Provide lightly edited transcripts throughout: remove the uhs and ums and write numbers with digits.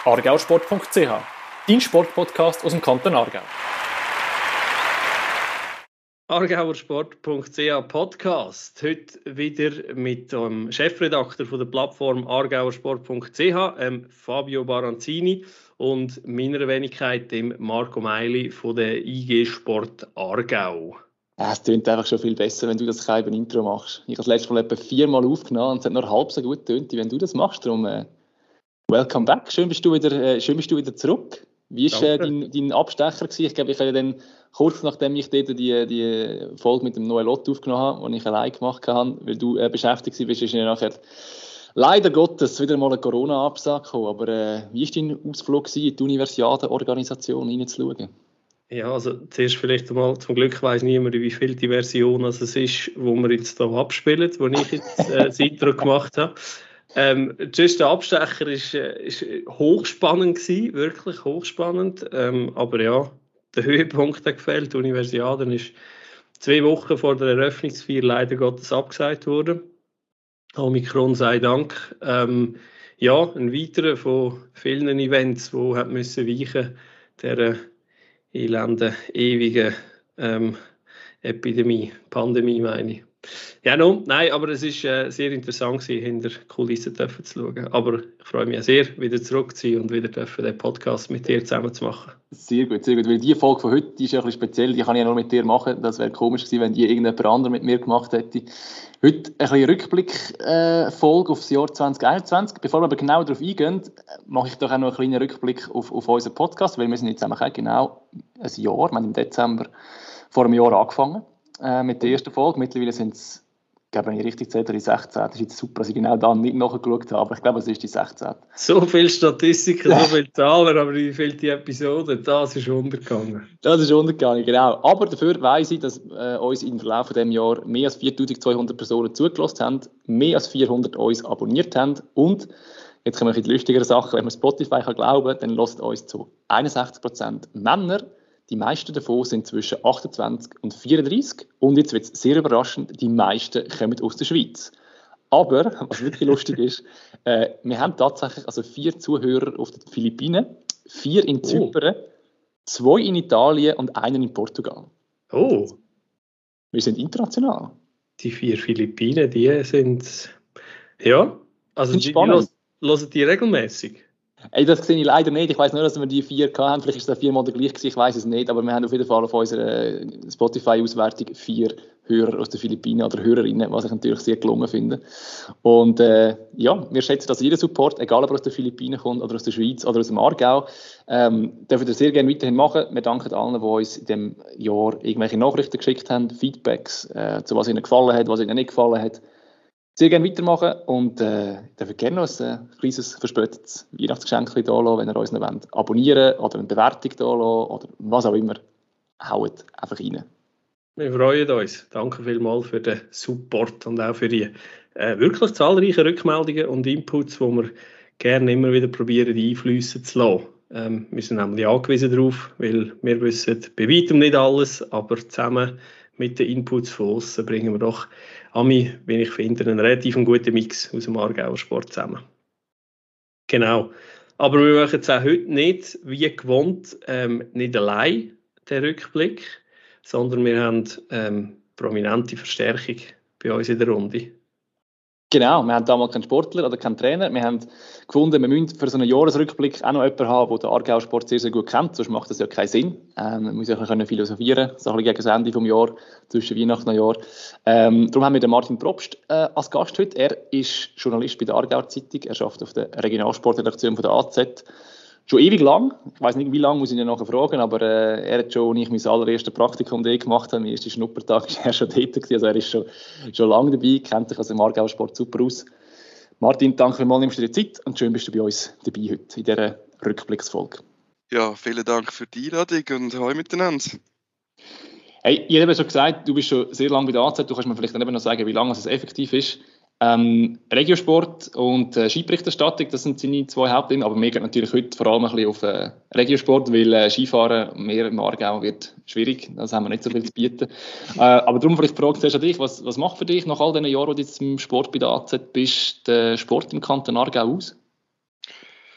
argausport.ch, dein Sportpodcast aus dem Kanton Aargau. Argauersport.ch Podcast. Heute wieder mit dem Chefredakteur von der Plattform argauersport.ch, Fabio Baranzini, und meiner Wenigkeit, dem Marco Meili von der IG Sport Aargau. Ja, es klingt einfach schon viel besser, wenn du das kein Intro machst. Ich habe das letzte Mal etwa 4-mal aufgenommen und es hat nur halb so gut getönt, wie wenn du das machst. Darum welcome back. Schön bist du wieder zurück. Wie war dein Abstecher gewesen? Ich glaube, ich habe dann kurz nachdem ich dort die Folge mit dem Noel Ott aufgenommen habe, die ich allein gemacht habe, weil du beschäftigt warst, ist ja nachher leider Gottes wieder mal eine Corona-Absage gekommen. Aber wie war dein Ausflug in die Universiadenorganisation reinzuschauen? Ja, also zuerst vielleicht einmal, zum Glück weiss niemand, wie viel die Version es ist, wo wir jetzt hier abspielen, wo ich jetzt das Intro gemacht habe. Just der Abstecher ist hochspannend gewesen, wirklich hochspannend. Aber ja, der Höhepunkt hat gefehlt. Die Universiade ist 2 Wochen vor der Eröffnungsfeier leider Gottes abgesagt worden. Omikron sei Dank. Ja, ein weiterer von vielen Events, die hat müssen weichen, der elenden, ewigen Epidemie, Pandemie meine ich. Ja, nein, aber es war sehr interessant, hinter die Kulissen zu schauen. Aber ich freue mich sehr, wieder zurück zu sein und wieder den Podcast mit dir zusammen zu machen. Sehr gut, weil die Folge von heute die ist ja ein bisschen speziell, die kann ich ja nur mit dir machen. Das wäre komisch gewesen, wenn die irgendjemand anderes mit mir gemacht hätte. Heute ein bisschen Rückblick-Folge auf das Jahr 2021. Bevor wir aber genau darauf eingehen, mache ich doch auch noch einen kleinen Rückblick auf unseren Podcast, weil wir sind jetzt genau ein Jahr, wir haben im Dezember vor einem Jahr angefangen mit der ersten Folge. Mittlerweile sind es, wenn ich richtig zähle, die 16. Das ist jetzt super, dass ich genau da nicht nachgeschaut habe, aber ich glaube, es ist die 16. So viele Statistiken, so viele Zahlen, aber wie viele die Episoden, das ist untergegangen. Das ist untergegangen, genau. Aber dafür weiss ich, dass uns im Verlauf von diesem Jahr mehr als 4200 Personen zugelassen haben, mehr als 400 uns abonniert haben und jetzt kommen wir in die lustigeren Sachen. Wenn man Spotify kann glauben, dann hört uns zu 61% Männer. Die meisten davon sind zwischen 28 und 34. Und jetzt wird es sehr überraschend, die meisten kommen aus der Schweiz. Aber, was wirklich lustig ist, wir haben tatsächlich 4 Zuhörer auf den Philippinen, 4 in Zypern, 2 in Italien und 1 in Portugal. Oh. Wir sind international. Die 4 Philippinen, die sind... Ja, also die hören die regelmäßig. Ey, das sehe ich leider nicht. Ich weiss nur, dass wir die 4 hatten. Vielleicht ist es 4 Mal der gleiche gewesen, ich weiss es nicht. Aber wir haben auf jeden Fall auf unserer Spotify-Auswertung 4 Hörer aus den Philippinen oder Hörerinnen, was ich natürlich sehr gelungen finde. Und ja, wir schätzen, dass jeder Support, egal ob er aus den Philippinen kommt oder aus der Schweiz oder aus dem Aargau, dürfen wir sehr gerne weiterhin machen. Wir danken allen, die uns in diesem Jahr irgendwelche Nachrichten geschickt haben, Feedbacks, zu was ihnen gefallen hat, was ihnen nicht gefallen hat. Sehr gerne weitermachen und dürfen gerne noch ein kleines verspätetes Weihnachtsgeschenk hier lassen, wenn ihr uns noch wollt. Abonnieren oder eine Bewertung hier lassen oder was auch immer. Haut einfach rein. Wir freuen uns. Danke vielmals für den Support und auch für die wirklich zahlreichen Rückmeldungen und Inputs, die wir gerne immer wieder probieren, einfließen zu lassen. Wir sind nämlich angewiesen darauf, weil wir wissen bei weitem nicht alles, aber zusammen mit den Inputs von außen bringen wir doch wie ich finde, einen relativ guten Mix aus dem Aargauer Sport zusammen. Genau. Aber wir machen es auch heute nicht, wie gewohnt, nicht allein, den Rückblick, sondern wir haben prominente Verstärkung bei uns in der Runde. Genau, wir haben damals keinen Sportler oder keinen Trainer. Wir haben gefunden, wir müssen für so einen Jahresrückblick auch noch jemanden haben, der den Aargauer Sport sehr, sehr gut kennt. Sonst macht das ja keinen Sinn. Man muss ja ein bisschen philosophieren, so ein bisschen gegen das Ende des Jahres, zwischen Weihnachten und Neujahr. Darum haben wir den Martin Probst als Gast heute. Er ist Journalist bei der Aargauer Zeitung. Er arbeitet auf der Regionalsportredaktion von der AZ. Schon ewig lang. Ich weiss nicht, wie lange, muss ich ihn nachher fragen, aber er hat schon, als ich mein allererstes Praktikum gemacht habe, mein erster Schnuppertag, war er schon dort gewesen. Also er ist schon lange dabei, kennt sich also im Aargauer Sport super aus. Martin, danke vielmals, nimmst du dir Zeit und schön bist du bei uns dabei heute in dieser Rückblicksfolge. Ja, vielen Dank für die Einladung und hallo miteinander. Hey, ich habe schon gesagt, du bist schon sehr lange bei der AZ, du kannst mir vielleicht dann eben noch sagen, wie lange es effektiv ist. Regiosport und Skiberichterstattung, das sind seine 2 Hauptthemen, aber mir geht natürlich heute vor allem ein bisschen auf Regiosport, weil Skifahren mehr im Aargau wird schwierig, das haben wir nicht so viel zu bieten. Aber darum vielleicht die Frage zuerst an dich, was macht für dich nach all diesen Jahren, wo du jetzt im Sport bei der AZ bist, der Sport im Kanton Aargau aus?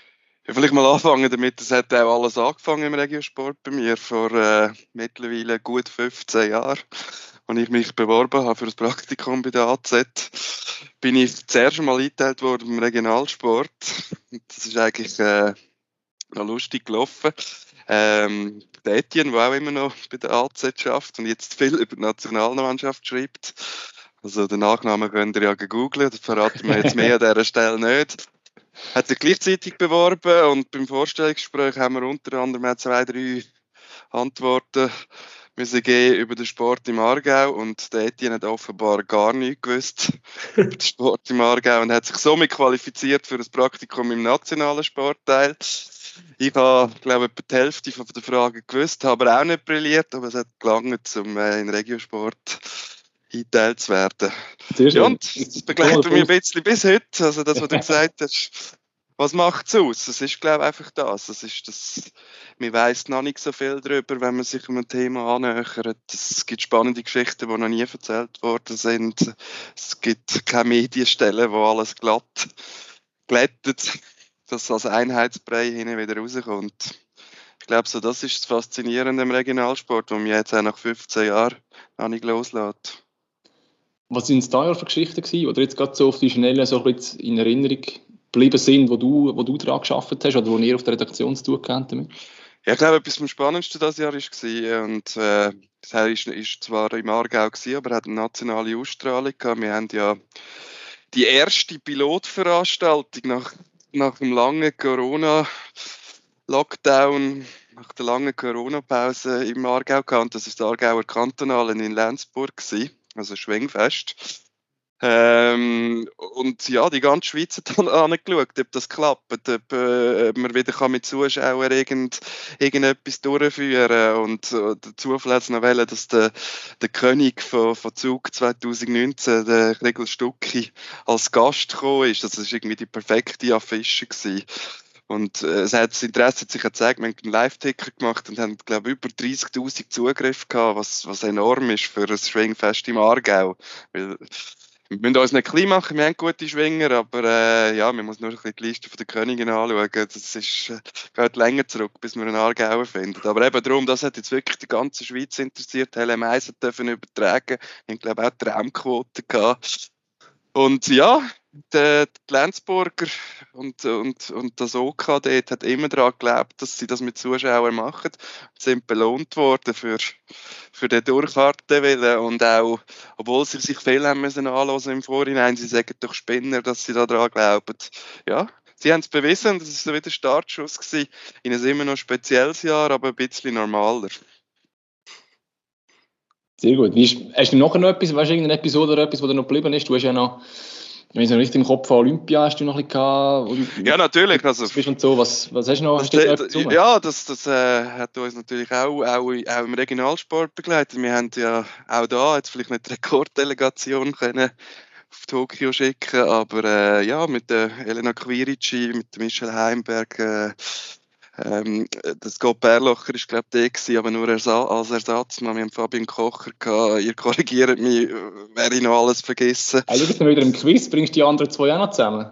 Ja, vielleicht mal anfangen damit, es hat auch alles angefangen im Regiosport bei mir vor mittlerweile gut 15 Jahren, als ich mich beworben habe für das Praktikum bei der AZ. Bin ich zuerst einmal eingeteilt worden im Regionalsport. Das ist eigentlich noch lustig gelaufen. Der Etienne, der auch immer noch bei der AZ schafft und jetzt viel über die Nationalmannschaft schreibt. Also den Nachnamen könnt ihr ja googlen, das verraten wir jetzt mehr an dieser Stelle nicht. Hat sich gleichzeitig beworben und beim Vorstellungsgespräch haben wir unter anderem auch 2, 3 Antworten müssen geben über den Sport im Aargau und der Etienne hat offenbar gar nichts gewusst über den Sport im Aargau und hat sich somit qualifiziert für das Praktikum im nationalen Sportteil. Ich habe, glaube ich, etwa die Hälfte von der Fragen gewusst, habe aber auch nicht brilliert, aber es hat gelangt, um in Regiosport eingeteilt zu werden. Ja, und das begleitet mich ein bisschen bis heute. Also das, was du gesagt hast, was macht es aus? Es ist, glaube ich, einfach das. Man weiss noch nicht so viel darüber, wenn man sich einem Thema annähert. Es gibt spannende Geschichten, die noch nie erzählt worden sind. Es gibt keine Medienstellen, wo alles glatt glättet, dass als Einheitsbrei hin wieder rauskommt. Ich glaube, so, das ist das Faszinierende im Regionalsport, wo mir jetzt auch nach 15 Jahren noch nicht loslässt. Was sind es da für Geschichten gewesen, oder jetzt gerade so auf die Schnelle so ein bisschen in Erinnerung geblieben sind, wo du daran gearbeitet hast oder wo ihr auf der Redaktion zu tun gehabt damit? Ja, ich glaube, etwas am spannendsten dieses Jahr war, und das ist zwar im Aargau gewesen, aber hat eine nationale Ausstrahlung gehabt. Wir haben ja die erste Pilotveranstaltung nach dem langen Corona-Lockdown, nach der langen Corona-Pause im Aargau gehabt. Und das ist das Aargauer Kantonal in Lenzburg gewesen, also Schwingfest. Und ja, die ganze Schweiz hat dann angeschaut, ob das klappt, ob man wieder mit Zuschauern irgendetwas durchführen kann. Und der Zufall hat noch wollen, dass der König von Zug 2019, der Gregor Stucki, als Gast gekommen ist. Das war irgendwie die perfekte Affische gewesen. Und das Interesse hat sich gezeigt, wir haben einen Live-Ticker gemacht und haben, glaube ich, über 30'000 Zugriffe gehabt, was enorm ist für ein Schwingfest im Aargau. Weil, wir müssen uns nicht klein machen, wir haben gute Schwinger, aber ja, man muss nur ein bisschen die Liste der Königin anschauen. Das geht länger zurück, bis wir einen Aargauer finden. Aber eben darum, das hat jetzt wirklich die ganze Schweiz interessiert. LM1 dürfen übertragen. Ich glaube auch Traumquote gehabt. Und ja, die Lenzburger und das OK dort hat immer daran geglaubt, dass sie das mit Zuschauern machen. Sie sind belohnt worden für den Durchhaltewillen und auch, obwohl sie sich viel haben müssen anhören im Vorhinein, sie sagen doch Spinner, dass sie daran glauben. Ja, sie haben es bewiesen, das war so wieder Startschuss gewesen. In einem immer noch spezielles Jahr, aber ein bisschen normaler. Sehr gut. Hast du nachher noch etwas, weißt du, irgendeine Episode oder etwas, wo dir noch geblieben ist? Du hast ja noch, wenn ich so richtig im Kopf an Olympia hast du noch ein bisschen Ja, natürlich. Also, und so. Was hast du noch? Das hat uns natürlich auch im Regionalsport begleitet. Wir haben ja auch da jetzt vielleicht nicht die Rekorddelegation können auf Tokio schicken, aber ja, mit der Elena Quirici, mit der Michelle Heimberg, das Scott Bärlocher war, glaube ich, der, aber nur als Ersatz. Wir haben Fabian Kocher gehabt. Ihr korrigiert mich, wer ich noch alles vergessen. Also, du wieder im Quiz, bringst du die anderen zwei auch noch zusammen?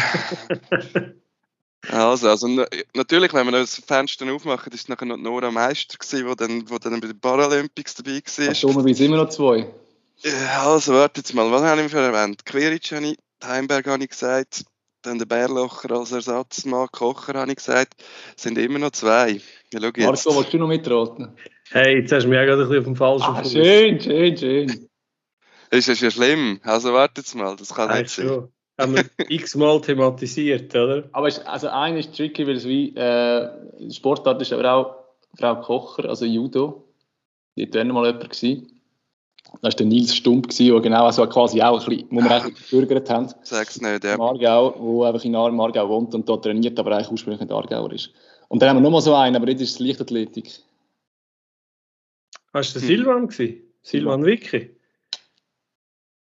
Also natürlich, wenn wir das Fenster aufmachen, ist es nachher noch Nora Meister gewesen, wo dann bei den Paralympics dabei war. Ach, dummerweise sind immer noch zwei. Ja, also warte jetzt mal, was habe ich für erwähnt? Quiric habe ich, Heimberg habe ich gesagt, dann der Bärlocher als Ersatzmann, Kocher habe ich gesagt, sind immer noch zwei. Ja, schau jetzt. Marco, willst du noch mitraten? Hey, jetzt hast du mich auch gerade ein bisschen auf dem falschen Fuß. Schön. Ist ja schlimm. Also warte jetzt mal, das kann nicht sein. Schon. Haben wir x-mal thematisiert, oder? Aber also einer ist tricky, weil es wie Sportart ist aber auch Frau Kocher, also Judo. Die war mal jemand gewesen. Das war der Nils Stump, der genau also quasi auch ein bisschen, wo wir eigentlich gebürgert haben. Sag's nicht, ja. Im Aargau, der einfach in Aargau wohnt und dort trainiert, aber eigentlich ursprünglich nicht Aargauer ist. Und dann haben wir noch mal so einen, aber jetzt ist es Leichtathletik. Hast du Silvan gewesen? Silvan Wicki?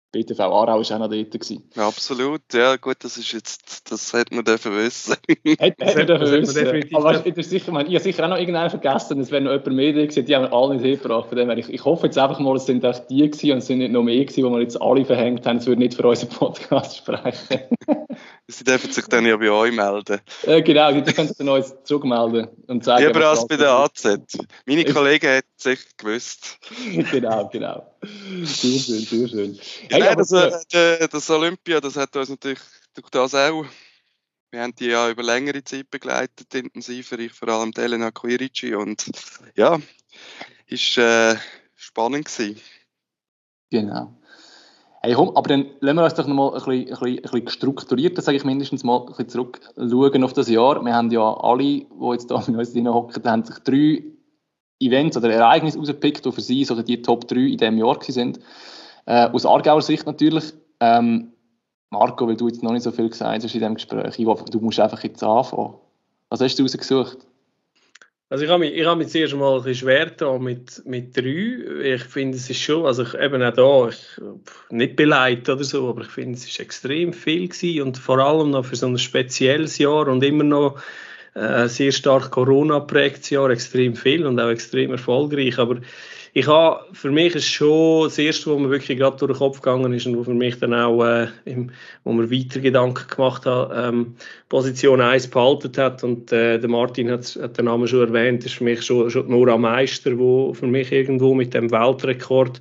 BTV Aarau war auch noch dort gewesen. Absolut, ja gut, das hätte man dürfen wissen. Hätte man dürfen wissen. definitiv Aber weißt, ich habe sicher auch noch irgendeinen vergessen, es wäre noch jemand mehr da gewesen, die haben wir alle nicht hingebracht. Von dem her, ich hoffe jetzt einfach mal, es sind auch die gewesen und es sind nicht noch mehr gewesen, die wir jetzt alle verhängt haben, es würde nicht für unseren Podcast sprechen. Sie dürfen sich dann ja bei euch melden. Genau, die können sich dann uns zurückmelden und sagen, Lieber als bei der AZ. Meine Kollegen hätten es sicher gewusst. Genau. Sehr schön. Hey, nein, das Olympia, das hat uns natürlich durch das auch. Wir haben die ja über längere Zeit begleitet, intensiver, ich vor allem Elena Quirici, und ja, ist spannend gewesen. Genau. Hey, komm, aber dann lassen wir uns doch noch mal ein bisschen strukturierter, sage ich mindestens mal, ein bisschen zurückschauen auf das Jahr. Wir haben ja alle, die jetzt da mit uns hocken, haben sich 3 Events oder Ereignisse rausgepickt, die für sie so die Top 3 in diesem Jahr waren. Aus Aargauer Sicht natürlich. Marco, weil du jetzt noch nicht so viel gesagt hast in diesem Gespräch, du musst einfach jetzt anfangen. Was hast du rausgesucht? Also ich habe mich zuerst mal ein bisschen schwer getan mit 3. Ich finde, es ist schon, also eben auch da, nicht beleidigt oder so, aber ich finde, es ist extrem viel gewesen und vor allem noch für so ein spezielles Jahr und immer noch sehr stark Corona-geprägtes Jahr, extrem viel und auch extrem erfolgreich. Aber für mich ist schon das Erste, was mir wirklich gerade durch den Kopf gegangen ist und wo für mich dann auch, wo mir weiter Gedanken gemacht hat, Position 1 behalten hat und der Martin hat den Namen schon erwähnt, ist für mich schon Nora Meister, wo für mich irgendwo mit dem Weltrekord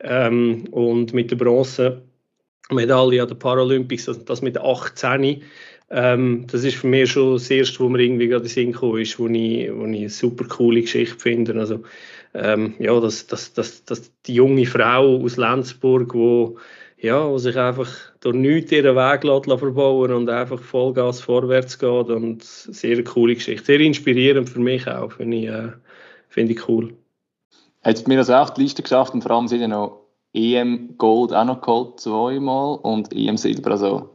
und mit der Bronzemedaille an den Paralympics, das mit 18, das ist für mich schon das Erste, wo mir irgendwie gerade in den Sinn gekommen ist, wo ich eine super coole Geschichte finde. Also, ja, dass die junge Frau aus Lenzburg, wo sich einfach durch nichts ihren Weg verbauen und einfach Vollgas vorwärts geht, und sehr eine coole Geschichte. Sehr inspirierend für mich auch, finde ich cool. Hat es mir also auch die Liste geschafft und vor allem sind ja noch EM Gold auch noch geholt, 2-mal, und EM Silber, also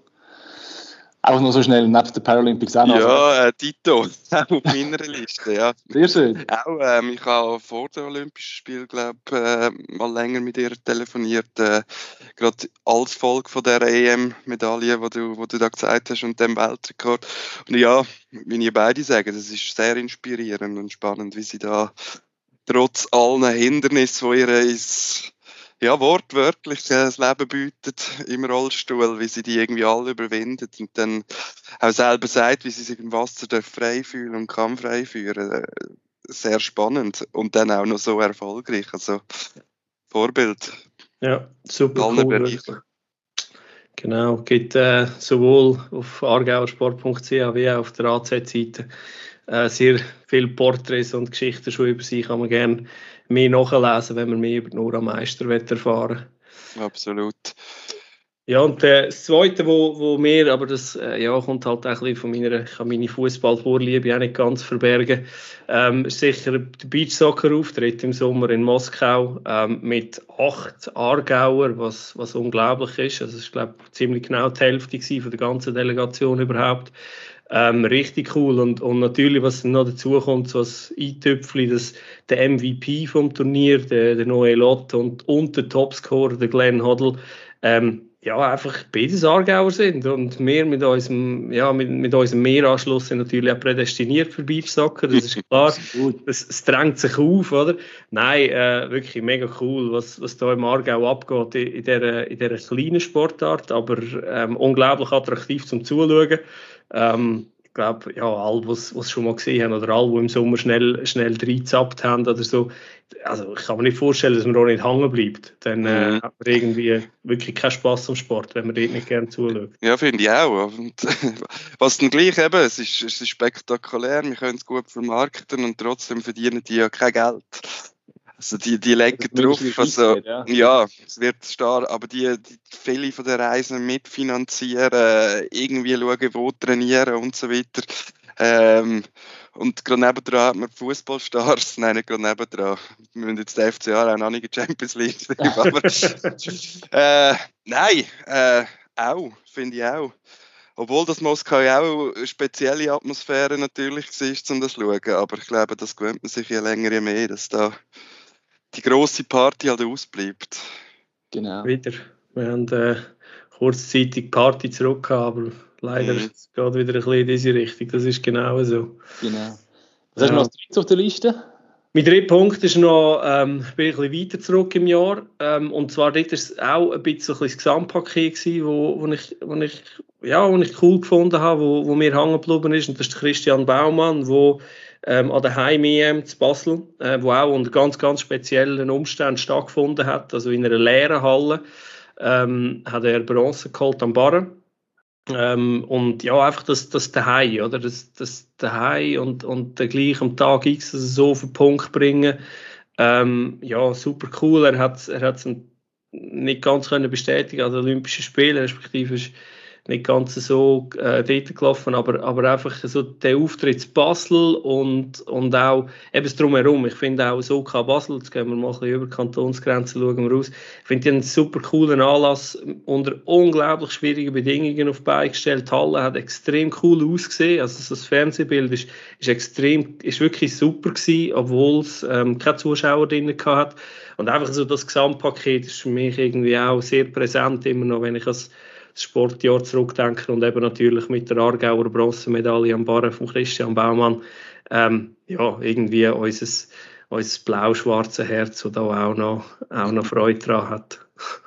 auch noch so schnell, neben den Paralympics auch noch. Ja, Tito, auch auf meiner Liste, ja. Sehr schön. Auch, ich habe vor den Olympischen Spielen, mal länger mit ihr telefoniert, gerade als Folge von der EM-Medaille, wo du da gesagt hast, und dem Weltrekord. Und ja, wie ihr beide sagen, das ist sehr inspirierend und spannend, wie sie da trotz allen Hindernissen, die ihr wortwörtlich das Leben bietet im Rollstuhl, wie sie die irgendwie alle überwindet und dann auch selber sagt, wie sie sich im Wasser frei fühlen und kann frei führen. Sehr spannend und dann auch noch so erfolgreich. Also Vorbild. Ja, super Allen cool. Bereichen. Genau, gibt sowohl auf aargauersport.ch wie auch auf der AZ-Seite sehr viele Porträts und Geschichten schon über sie. Kann man gerne mehr nachlesen, wenn man mehr über Nora Meister erfahren will. Absolut. Ja, und das Zweite, wo mir, aber das kommt halt auch ein bisschen von ich kann meine Fußballvorliebe auch nicht ganz verbergen, ist sicher der Beachsoccer-Auftritt im Sommer in Moskau mit 8 Aargauer, was unglaublich ist. Also es ist, glaube ich, ziemlich genau die Hälfte von der ganzen Delegation überhaupt. Richtig cool und natürlich, was noch dazu kommt, so als Eintüpfli, dass der MVP vom Turnier, der Noel Ott und der Topscorer, der Glenn Hoddle, einfach beides Aargauer sind und wir mit unserem Mehranschluss sind natürlich auch prädestiniert für Beachsoccer, das ist klar, es drängt sich auf, oder? Nein, wirklich mega cool, was da im Aargau abgeht in dieser kleinen Sportart, aber unglaublich attraktiv zum Zuschauen. Ich glaube, alle, die es schon mal gesehen haben oder alle, die im Sommer schnell reingezappt haben oder so, also ich kann mir nicht vorstellen, dass man auch nicht hängen bleibt. Dann hat man irgendwie wirklich keinen Spass am Sport, wenn man dort nicht gerne zuschaut. Ja, finde ich auch. Und was dann gleich eben, es ist spektakulär, wir können es gut vermarkten und trotzdem verdienen die ja kein Geld. Also die legen drauf, also ja, es wird stark, aber die viele von den Reisen mitfinanzieren, irgendwie schauen, wo trainieren und so weiter. Und gerade nebendran hat man Fußballstars, nein, nicht gerade nebendran, wir müssen jetzt den FCA auch noch nicht in die Champions League schreiben, aber nein, auch, finde ich auch. Obwohl das Moskau ja auch eine spezielle Atmosphäre natürlich war, um das zu schauen, aber ich glaube, das gewöhnt man sich je länger je mehr, dass da die grosse Party halt ausbleibt. Genau. Wieder. Wir haben kurzzeitig die Party zurück gehabt, aber leider geht es wieder ein bisschen in diese Richtung. Das ist genau so. Genau. Was hast du noch als drittes auf der Liste? Mein dritter Punkt ist noch, bin ich ein bisschen weiter zurück im Jahr. Und zwar dort war es auch ein bisschen das Gesamtpaket gewesen, wo ich cool gefunden habe, wo mir hängen geblieben ist. Und das ist der Christian Baumann, wo an der Heim-EM zu Basel, wo auch unter ganz, ganz speziellen Umständen stattgefunden hat, also in einer leeren Halle, hat er Bronze geholt am Barren. Und ja, einfach das daheim, oder? Das daheim und den gleich am Tag X so auf den Punkt bringen. Ja, super cool. Er hat es nicht ganz können bestätigen an den Olympischen Spielen, respektive ist nicht ganz so dort gelaufen, aber einfach so der Auftritt zu Basel und auch eben das Drumherum. Ich finde auch so Basel, jetzt gehen wir mal ein bisschen über die Kantonsgrenzen, schauen wir raus. Ich finde einen super coolen Anlass, unter unglaublich schwierigen Bedingungen auf die Beine gestellt. Die Halle hat extrem cool ausgesehen, also das Fernsehbild ist wirklich super gewesen, obwohl es keine Zuschauer drin hat. Und einfach so das Gesamtpaket ist für mich irgendwie auch sehr präsent, immer noch, wenn ich das Sportjahr zurückdenken und eben natürlich mit der Aargauer Bronzemedaille am Barren von Christian Baumann ja, irgendwie unser blau-schwarze Herz, das da auch noch Freude daran hat.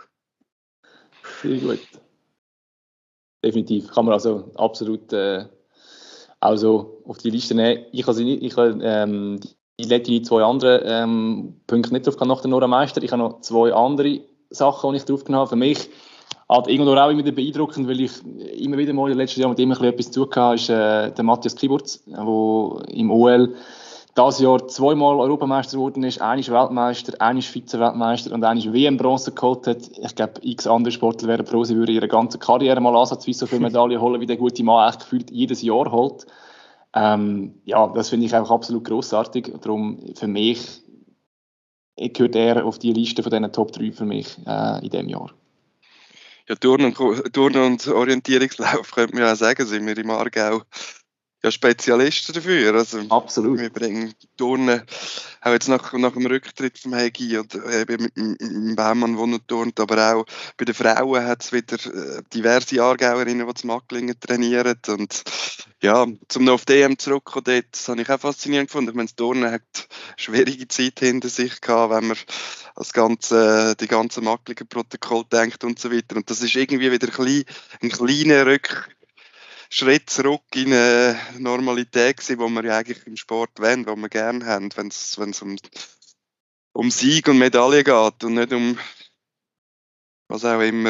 Sehr gut. Definitiv. Kann man also absolut auch so auf die Liste nehmen. Ich habe die zwei anderen Punkte nicht drauf nach der Nora Meister. Ich habe noch zwei andere Sachen, die ich drauf genommen habe. Für mich hat irgendwo auch immer wieder beeindruckend, weil ich immer wieder mal in den letzten Jahren mit ihm etwas zu tun hatte, ist der Matthias Kiburz, der im OL dieses Jahr zweimal Europameister geworden ist, einmal Weltmeister, einmal Vize-Weltmeister und einmal WM-Bronze geholt hat. Ich glaube, x andere Sportler wären froh, sie würden ihre ganze Karriere mal ansatzweise so viele Medaillen holen, wie der gute Mann echt gefühlt jedes Jahr holt. Ja, das finde ich einfach absolut grossartig. Darum für mich gehört er auf die Liste von diesen Top 3 für mich in diesem Jahr. Ja, Turnen und Orientierungslauf könnte man ja auch sagen, sind wir im Aargau ja Spezialisten dafür. Also, absolut. Wir bringen Turnen, auch jetzt nach dem Rücktritt vom Hegi und eben mit dem Baumann, der noch turnt, aber auch bei den Frauen hat es wieder diverse Aargauerinnen, die zu Macklingen trainieren. Und ja, zum noch auf die EM zurückzukommen, das habe ich auch faszinierend gefunden. Ich meine, das Turnen hat eine schwierige Zeit hinter sich gehabt, wenn man die ganze Macklingen Protokoll denkt und so weiter. Und das ist irgendwie wieder ein kleiner Schritt zurück in eine Normalität gewesen, wo wir ja eigentlich im Sport wollen, wo wir gerne haben, wenn es um Sieg und Medaille geht und nicht um was auch immer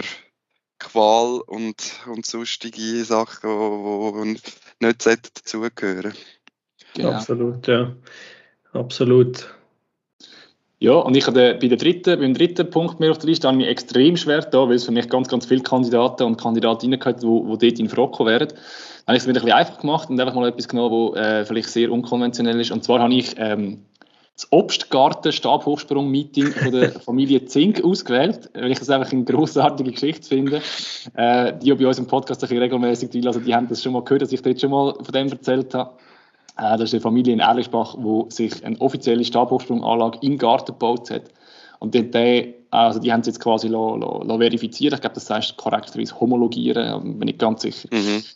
Qual und sonstige Sachen, die nicht dazugehören. Genau. Absolut, ja. Absolut. Ja, und ich habe beim dritten Punkt mehr auf der Liste habe ich mich extrem schwer da, weil es für mich ganz, ganz viele Kandidaten und Kandidatinnen gehört, die dort in Frage wären. Dann habe ich es mir ein bisschen einfach gemacht und einfach mal etwas genommen, das vielleicht sehr unkonventionell ist. Und zwar habe ich das Obstgarten-Stabhochsprung-Meeting von der Familie Zink ausgewählt, weil ich das einfach eine grossartige Geschichte finde. Die bei uns im Podcast ein bisschen regelmäßig reinlassen, die haben das schon mal gehört, dass ich dort schon mal von dem erzählt habe. Das ist eine Familie in Erlischbach, die sich eine offizielle Stabhochsprunganlage im Garten gebaut hat. Und die haben es jetzt quasi verifiziert. Ich glaube, das heißt korrekterweise homologieren, bin ich ganz sicher.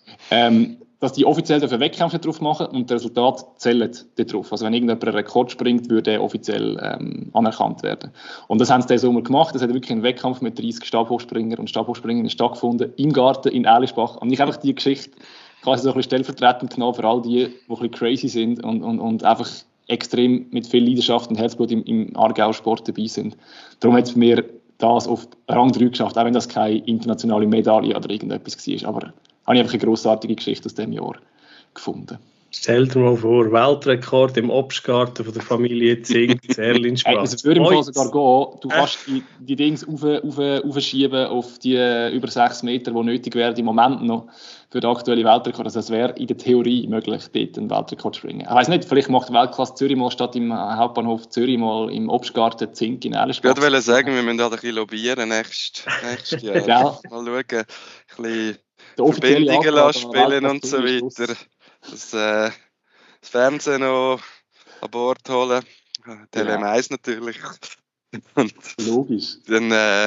Dass die offiziell Wettkämpfe drauf machen und das Resultat zählt darauf. Also wenn irgendjemand einen Rekord springt, würde er offiziell anerkannt werden. Und das haben sie diesen Sommer gemacht. Es hat wirklich einen Wettkampf mit 30 Stabhochspringer und Stabhochspringern stattgefunden im Garten in Erlischbach. Und ich einfach die Geschichte quasi so ein bisschen stellvertretend genommen für all die ein bisschen crazy sind und einfach extrem mit viel Leidenschaft und Herzblut im Aargau-Sport dabei sind. Darum hat es mir das auf Rang 3 geschafft, auch wenn das keine internationale Medaille oder irgendetwas war. Aber habe ich einfach eine grossartige Geschichte aus diesem Jahr gefunden. Stell dir mal vor, Weltrekord im Obstgarten von der Familie Zink, Erlinsbach. Es würde im Fall sogar gehen, du kannst die Dings aufschieben auf die über 6 Meter, die nötig wären im Moment noch für den aktuellen Weltrekord. Also es wäre in der Theorie möglich, dort einen Weltrekord zu springen. Ich weiss nicht, vielleicht macht Weltklasse Zürich mal statt im Hauptbahnhof Zürich mal im Obstgarten Zink in Erlinsbach. Ich wollte sagen, wir müssen da ein bisschen lobbyieren nächstes Jahr. Mal schauen, ein bisschen Verbindungen spielen und so weiter. Das Fernsehen noch an Bord holen. Tele 1 natürlich. Und logisch. Dann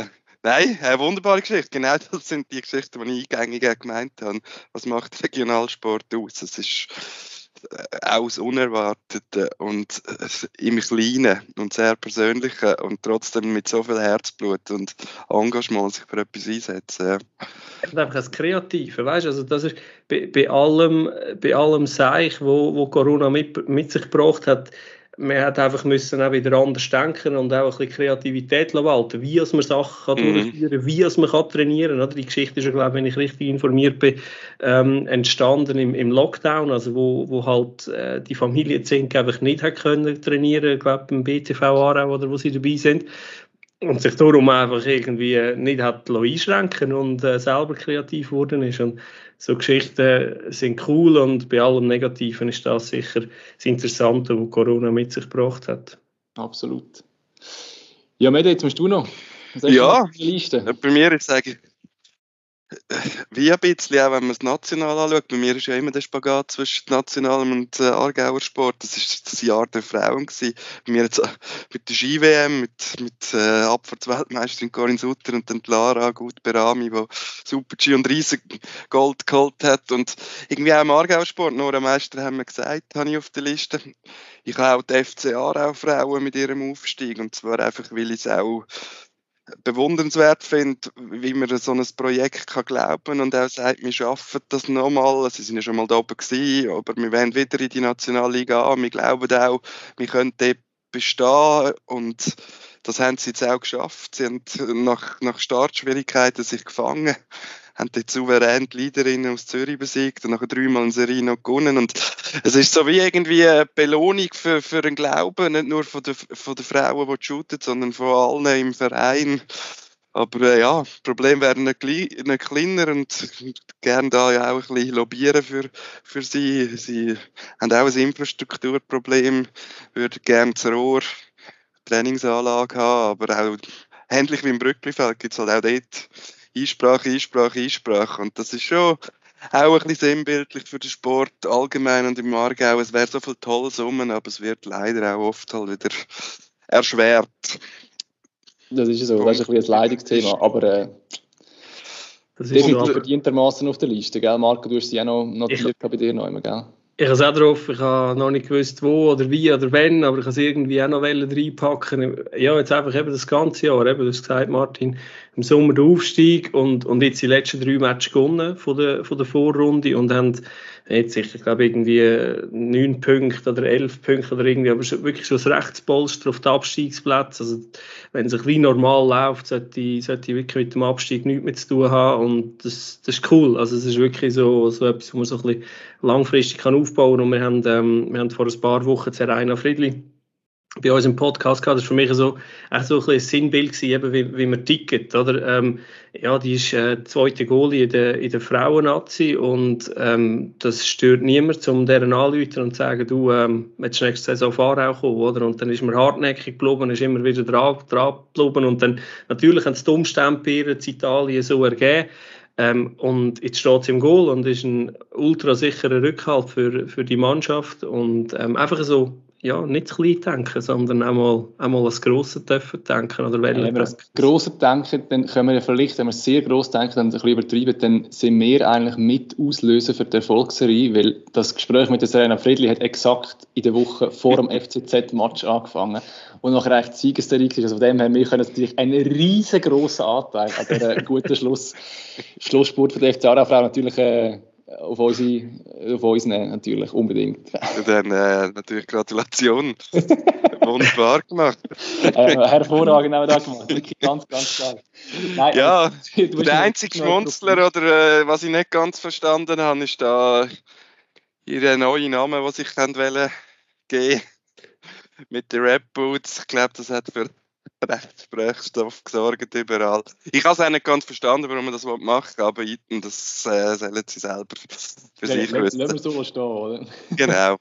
Nein, eine wunderbare Geschichte. Genau das sind die Geschichten, die ich eingängig gemeint habe. Was macht Regionalsport aus? Es ist auch das Unerwartete und im Kleinen und sehr Persönliche und trotzdem mit so viel Herzblut und Engagement sich für etwas einsetzen. Ja. Einfach das Kreative, weißt? Also das ist bei allem Seich, wo Corona mit sich gebracht hat. Man hat einfach müssen auch wieder anders denken und auch ein bisschen Kreativität walten, wie man Sachen durchführen kann, wie man trainieren kann. Die Geschichte ist ja, glaube ich, wenn ich richtig informiert bin, entstanden im Lockdown, also wo halt die Familie Zink einfach nicht hat können trainieren, glaube im BTV Aarau oder wo sie dabei sind. Und sich darum einfach irgendwie nicht hat einschränken und selber kreativ geworden ist. Und so Geschichten sind cool und bei allem Negativen ist das sicher das Interessante, was Corona mit sich gebracht hat. Absolut. Ja, Mede, jetzt musst du noch. Was hast du auf der Liste? Bei mir ist es eigentlich wie ein bisschen, auch wenn man es national anschaut. Bei mir ist ja immer der Spagat zwischen nationalem und Aargauer Sport. Das war das Jahr der Frauen gewesen. Bei mir jetzt mit der Ski-WM, mit Abfahrtsweltmeisterin Corinne Sutter und dann Lara Gut-Berami, die Super-G und riesen Gold geholt hat. Und irgendwie auch im Aargauer Sport, Nora Meister haben wir gesagt, habe ich auf der Liste. Ich habe auch die FC Aarau Frauen mit ihrem Aufstieg. Und zwar einfach, weil ich es auch bewundernswert finde, wie man so ein Projekt kann glauben und auch sagt, wir schaffen das nochmal. Sie sind ja schon mal da oben gewesen, aber wir wollen wieder in die Nationalliga an. Wir glauben auch, wir können dort bestehen und das haben sie jetzt auch geschafft. Sie haben nach Startschwierigkeiten sich gefangen, haben dort souverän die Leaderinnen aus Zürich besiegt und nachher 3-mal in Serie noch gewonnen. Und es ist so wie irgendwie eine Belohnung für den Glauben, nicht nur von den Frauen, die shooten, sondern von allen im Verein. Aber ja, die Probleme werden nicht kleiner und gerne da ja auch ein bisschen lobbyieren für sie. Sie haben auch ein Infrastrukturproblem, würden gerne zur Rohr Trainingsanlage haben, aber auch ähnlich wie im Brücklifeld gibt es halt auch dort Einsprache. Und das ist schon auch ein bisschen sinnbildlich für den Sport allgemein und im Aargau. Es wäre so viel Tolles rum, aber es wird leider auch oft halt wieder erschwert. Das ist so, das ist ein bisschen ein Leidungsthema, aber das ist definitiv verdientermaßen auf der Liste, gell? Marco, du hast sie auch noch notiert bei dir noch immer, gell? Ich habe es auch drauf, ich habe noch nicht gewusst, wo oder wie oder wenn, aber ich habe es irgendwie auch noch reinpacken. Ja, jetzt einfach eben das ganze Jahr, eben, du hast gesagt, Martin, im Sommer der Aufstieg und jetzt die letzten 3 Matches gewonnen von der Vorrunde und haben jetzt sicher, ich glaube, irgendwie 9 Punkte oder 11 Punkte oder irgendwie, aber wirklich schon das Rechtspolster auf den Abstiegsplatz. Also, wenn es ein bisschen normal läuft, sollte ich wirklich mit dem Abstieg nichts mehr zu tun haben und das ist cool. Also, es ist wirklich so etwas, wo man so ein bisschen langfristig kann aufbauen und wir haben vor ein paar Wochen Rainer Friedli bei uns im Podcast gehabt. Das war für mich so ein Sinnbild gewesen, eben wie man tickt, oder? Ja, die ist zweite Goalie in der Frauen-Nazi und das stört niemand, um deren anzurufen und zu sagen, du, willst du nächste Saison auf Aarau kommen, oder? Und dann ist man hartnäckig geblieben, ist immer wieder dran geblieben und dann natürlich haben die Umstände in Italien so ergeben. Und jetzt steht sie im Goal und ist ein ultra sicherer Rückhalt für die Mannschaft und einfach so, ja, nicht zu klein denken, sondern auch mal das Grosse dürfen denken. Oder wenn wir das Grosse denken, dann können wir ja vielleicht, wenn wir sehr gross denken, dann ein bisschen übertreiben, dann sind wir eigentlich mit Auslöser für die Erfolgsserie, weil das Gespräch mit der Serena Friedli hat exakt in der Woche vor dem FCZ-Match angefangen und nachher eigentlich die Siegesserie ist. Also von dem her, wir können natürlich einen riesengroßen Anteil an dieser guten Schlussspurt für die FC Aarau natürlich auf uns nehmen, natürlich, unbedingt. Dann natürlich Gratulation. Wunderbar gemacht. Hervorragend auch da gemacht. Wirklich ganz, ganz klar. Nein, ja, der einzige Schmunzler, oder was ich nicht ganz verstanden habe, ist da ihr neuer Name, den sie geben wollen, mit den Red Boots. Ich glaube, das hat für recht Sprechstoff gesorgt überall. Ich habe es auch nicht ganz verstanden, warum man das machen will, aber das sollen sie selber für sich wissen. Lassen wir so stehen, oder? Genau.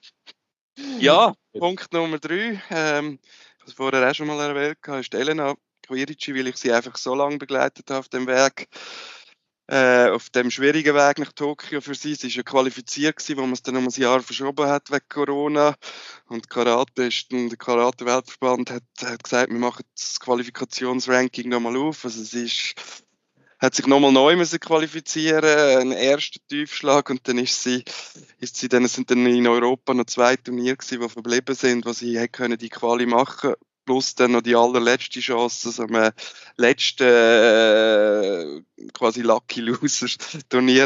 Ja, Punkt Nummer 3. Ich habe es vorher auch schon mal erwähnt, ist Elena Quirici, weil ich sie einfach so lange begleitet habe auf dem Weg. auf dem schwierigen Weg nach Tokio für sie. Sie war ja qualifiziert gewesen, wo man es dann um ein Jahr verschoben hat wegen Corona. Und der Karate-Weltverband hat gesagt, wir machen das Qualifikationsranking nochmal auf. Also hat sich nochmal neu müssen qualifizieren, einen ersten Tiefschlag, und dann sind dann in Europa noch 2 Turniere gewesen, die verblieben sind, wo sie hätten die Quali machen, plus dann noch die allerletzte Chance, so einem letzten quasi Lucky Loser Turnier.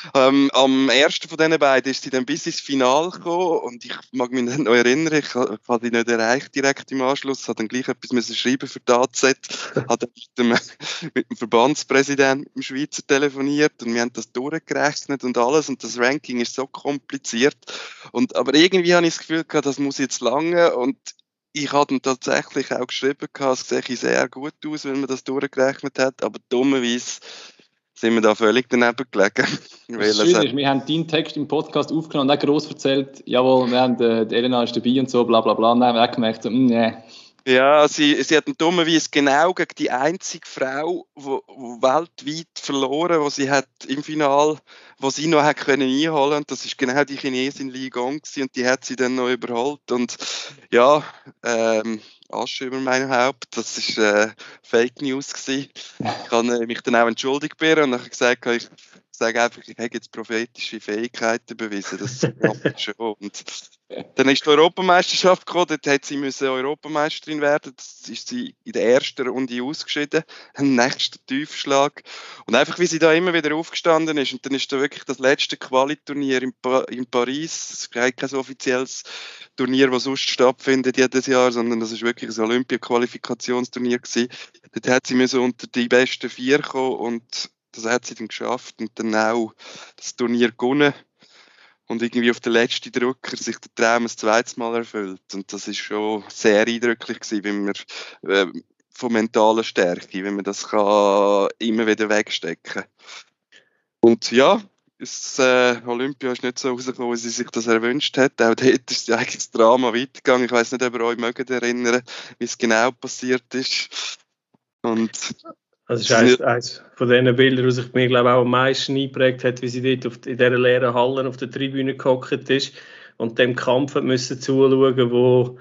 Am ersten von diesen beiden ist sie dann bis ins Finale gekommen, und ich mag mich nicht noch erinnern, ich habe die nicht erreicht direkt im Anschluss, habe dann gleich etwas müssen schreiben für die AZ, habe dann mit dem Verbandspräsidenten, mit dem Schweizer, telefoniert, und wir haben das durchgerechnet und alles, und das Ranking ist so kompliziert, aber irgendwie habe ich das Gefühl gehabt, das muss jetzt lange, und ich habe tatsächlich auch geschrieben, es sehe sehr gut aus, wenn man das durchgerechnet hat, aber dummerweise sind wir da völlig daneben gelegen. Das Schöne ist, wir haben deinen Text im Podcast aufgenommen und auch gross erzählt, jawohl, wir haben, die Elena ist dabei und so, bla bla bla, und dann haben wir auch gemerkt, so, nee. Ja, sie hat dummerweise genau gegen die einzige Frau, die weltweit verloren, die sie hat im Finale, die sie noch hat können einholen, und das ist genau die Chinesin Li Gong gewesen, und die hat sie dann noch überholt, und ja, Asche über mein Haupt, das ist Fake News gewesen. Ich habe mich dann auch entschuldigt und dann gesagt, ich sage einfach, ich habe jetzt prophetische Fähigkeiten bewiesen, das klappt schon. Und dann ist die Europameisterschaft gekommen, dort hat sie Europameisterin werden, das ist sie in der ersten Runde ausgeschieden, im nächsten Tiefschlag. Und einfach, wie sie da immer wieder aufgestanden ist, und dann ist da wirklich das letzte Qualiturnier in Paris, es ist kein offizielles Turnier, das sonst stattfindet jedes Jahr, sondern das ist wirklich ein Olympia-Qualifikationsturnier gewesen. Dort hat sie unter die besten 4 kommen, und das hat sie dann geschafft und dann auch das Turnier gewonnen. Und irgendwie auf den letzten Drücker sich der Traum ein zweites Mal erfüllt. Und das ist schon sehr eindrücklich gewesen, wenn man von mentaler Stärke, wenn man das kann immer wieder wegstecken. Und ja, das Olympia ist nicht so rausgekommen, wie sie sich das erwünscht hat. Auch dort ist eigentlich das Drama weitergegangen. Ich weiss nicht, ob ihr euch erinnern mögt, wie es genau passiert ist. Und das ist eines von diesen Bildern, was sich mir, glaube ich, auch am meisten eingeprägt hat, wie sie dort in dieser leeren Halle auf der Tribüne gehockt ist und dem Kampf müssen zuschauen, wo,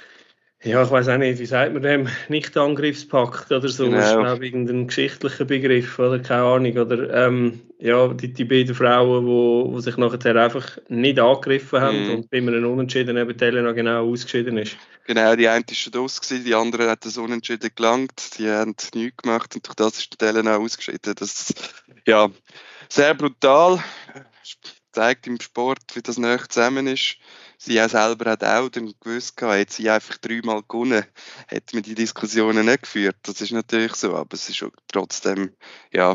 ja, ich weiß auch nicht, wie sagt man dem, Nicht-Angriffspakt oder so, genau. Das ist, glaube ich, irgendein geschichtlicher Begriff, oder keine Ahnung, oder ja, die beiden Frauen, die sich nachher einfach nicht angegriffen haben und immer ein Unentschieden eben Elena genau ausgeschieden ist. Genau, die eine war schon draus, die andere hat das Unentschieden gelangt, die haben nichts gemacht und durch das ist die Elena ausgeschieden. Das ja, sehr brutal, zeigt im Sport, wie das nahe zusammen ist. Sie auch selber hat auch dann gewusst, hätte sie einfach 3-mal gewonnen, hätte man die Diskussionen nicht geführt. Das ist natürlich so, aber es ist auch trotzdem, ja.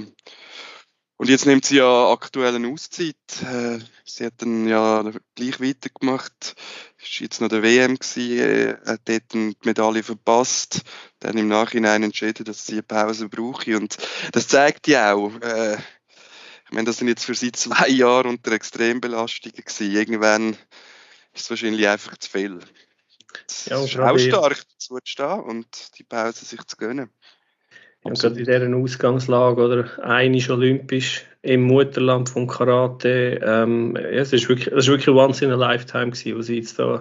Und jetzt nimmt sie ja aktuell eine Auszeit. Sie hat dann ja gleich weitergemacht. Es war jetzt noch der WM gewesen, hat dort die Medaille verpasst. Dann im Nachhinein entschieden, dass sie eine Pause brauche. Und das zeigt ja auch, ich meine, das sind jetzt für sie 2 Jahre unter Extrembelastungen gewesen. Irgendwann ist es wahrscheinlich einfach zu viel. Es ist auch stark, dazu zu stehen und die Pause sich zu gönnen. Ja, gerade in dieser Ausgangslage, oder einisch olympisch im Mutterland vom Karate. Ja, das ist wirklich ein Once in a Lifetime gewesen, was sie jetzt da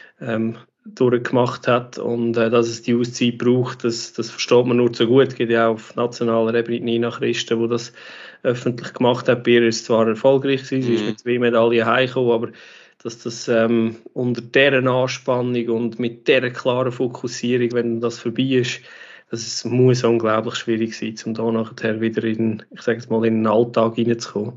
durchgemacht hat. Und dass es die Auszeit braucht, das versteht man nur zu gut. Es gibt ja auch auf nationaler Ebene Nina Christen, die das öffentlich gemacht hat. Bei ihr ist es zwar erfolgreich gewesen, sie ist mit 2 Medaillen heimgekommen, aber dass das unter dieser Anspannung und mit dieser klaren Fokussierung, wenn das vorbei ist, das muss unglaublich schwierig sein, um da nachher wieder in den Alltag reinzukommen.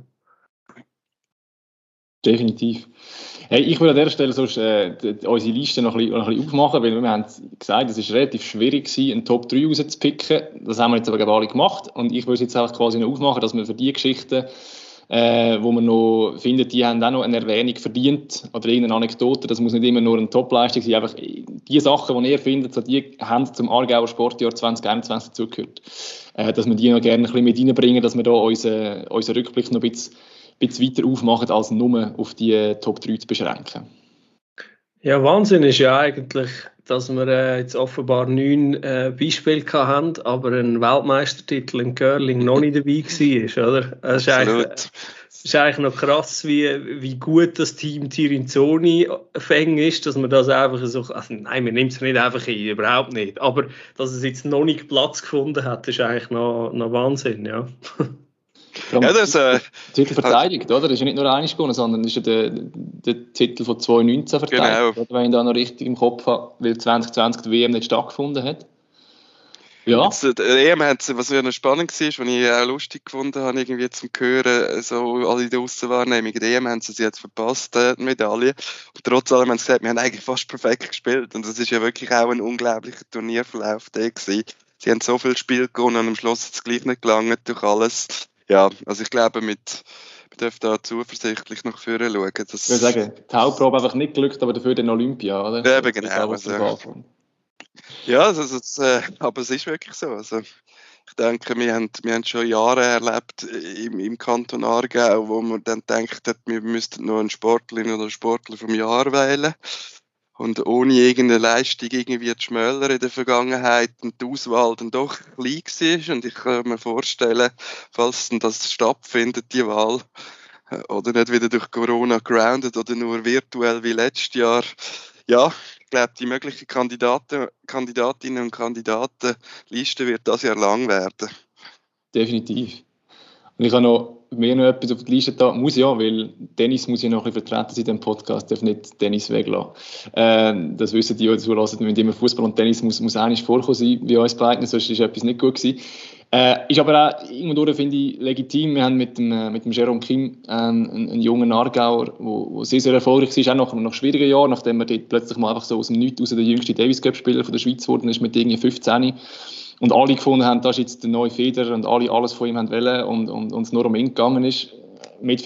Definitiv. Hey, ich würde an dieser Stelle sonst, unsere Liste noch ein bisschen aufmachen, weil wir haben gesagt, es war relativ schwierig gewesen, einen Top 3 rauszupicken. Das haben wir jetzt aber alle gemacht und ich würde es jetzt einfach quasi noch aufmachen, dass wir für die Geschichten, wo man noch findet, die haben auch noch eine Erwähnung verdient oder irgendeine Anekdote, das muss nicht immer nur eine Top-Leistung sein, einfach die Sachen, die ihr findet, so die haben zum Aargauer Sportjahr 2021 dazugehört. Dass wir die noch gerne ein bisschen mit reinbringen, dass wir da unseren Rückblick noch ein bisschen weiter aufmachen, als nur auf die Top 3 zu beschränken. Ja, Wahnsinn ist ja eigentlich dass wir jetzt offenbar 9 Beispiele haben, aber ein Weltmeistertitel im Curling noch nicht dabei war, oder? Das ist eigentlich noch krass, wie gut das Team Tirinzoni fäng ist, dass man das einfach so, also nein, man nimmt es nicht einfach ein, überhaupt nicht, aber dass es jetzt noch nicht Platz gefunden hat, ist eigentlich noch Wahnsinn, ja. Ja, das Titel verteidigt, oder? Das ist ja nicht nur einmal gewonnen, sondern das ist ja der Titel von 2019 verteidigt, genau. Wenn ich da noch richtig im Kopf habe, weil 2020 die WM nicht stattgefunden hat. Ja. Jetzt, EM was ja noch spannend war, was ich auch lustig gefunden habe, irgendwie zum Hören, so alle die Aussenwahrnehmungen. Die EM haben sie jetzt verpasst, die Medaille. Und trotz allem haben sie gesagt, wir haben eigentlich fast perfekt gespielt. Und das ist ja wirklich auch ein unglaublicher Turnierverlauf da gewesen. Sie haben so viel Spiel gewonnen und am Schluss hat es gleich nicht gelangt durch alles. Ja, also ich glaube, wir dürfen da zuversichtlich nach vorne schauen. Ich würde sagen, die Hauptprobe einfach nicht glückt, aber dafür den Olympia, oder? Ja, genau. Ja, aber es ist wirklich so. Also, ich denke, wir haben schon Jahre erlebt im Kanton Aargau, wo man dann denkt, wir müssten noch einen Sportlerin oder Sportler vom Jahr wählen. Und ohne irgendeine Leistung irgendwie zu schmälern in der Vergangenheit und die Auswahl dann doch klein war. Und ich kann mir vorstellen, falls dann das stattfindet, die Wahl, oder nicht wieder durch Corona grounded oder nur virtuell wie letztes Jahr, ja, ich glaube, die möglichen Kandidatinnen und Kandidatenliste wird das Jahr lang werden. Definitiv. Und ich habe noch etwas auf die Liste da, weil Dennis muss ja noch ein bisschen vertreten sein in diesem Podcast, darf nicht Dennis weglassen. Das wissen die, die zulassen, wenn immer Fußball und Tennis muss eigentlich vorkommen sein, wie uns beiden, sonst ist etwas nicht gut gewesen. Ist aber auch irgendwo, finde ich, legitim. Wir haben mit dem Jerome Kim einen jungen Aargauer, der sehr, sehr erfolgreich ist, auch nach schwierigen Jahren, nachdem er dort plötzlich mal einfach so aus dem Nichts raus der jüngste Davis-Cup-Spieler von der Schweiz geworden ist, mit irgendwie 15. Und alle gefunden haben, das ist jetzt der neue Feder und alle alles von ihm haben wollen und es nur um ihn gegangen ist. Mit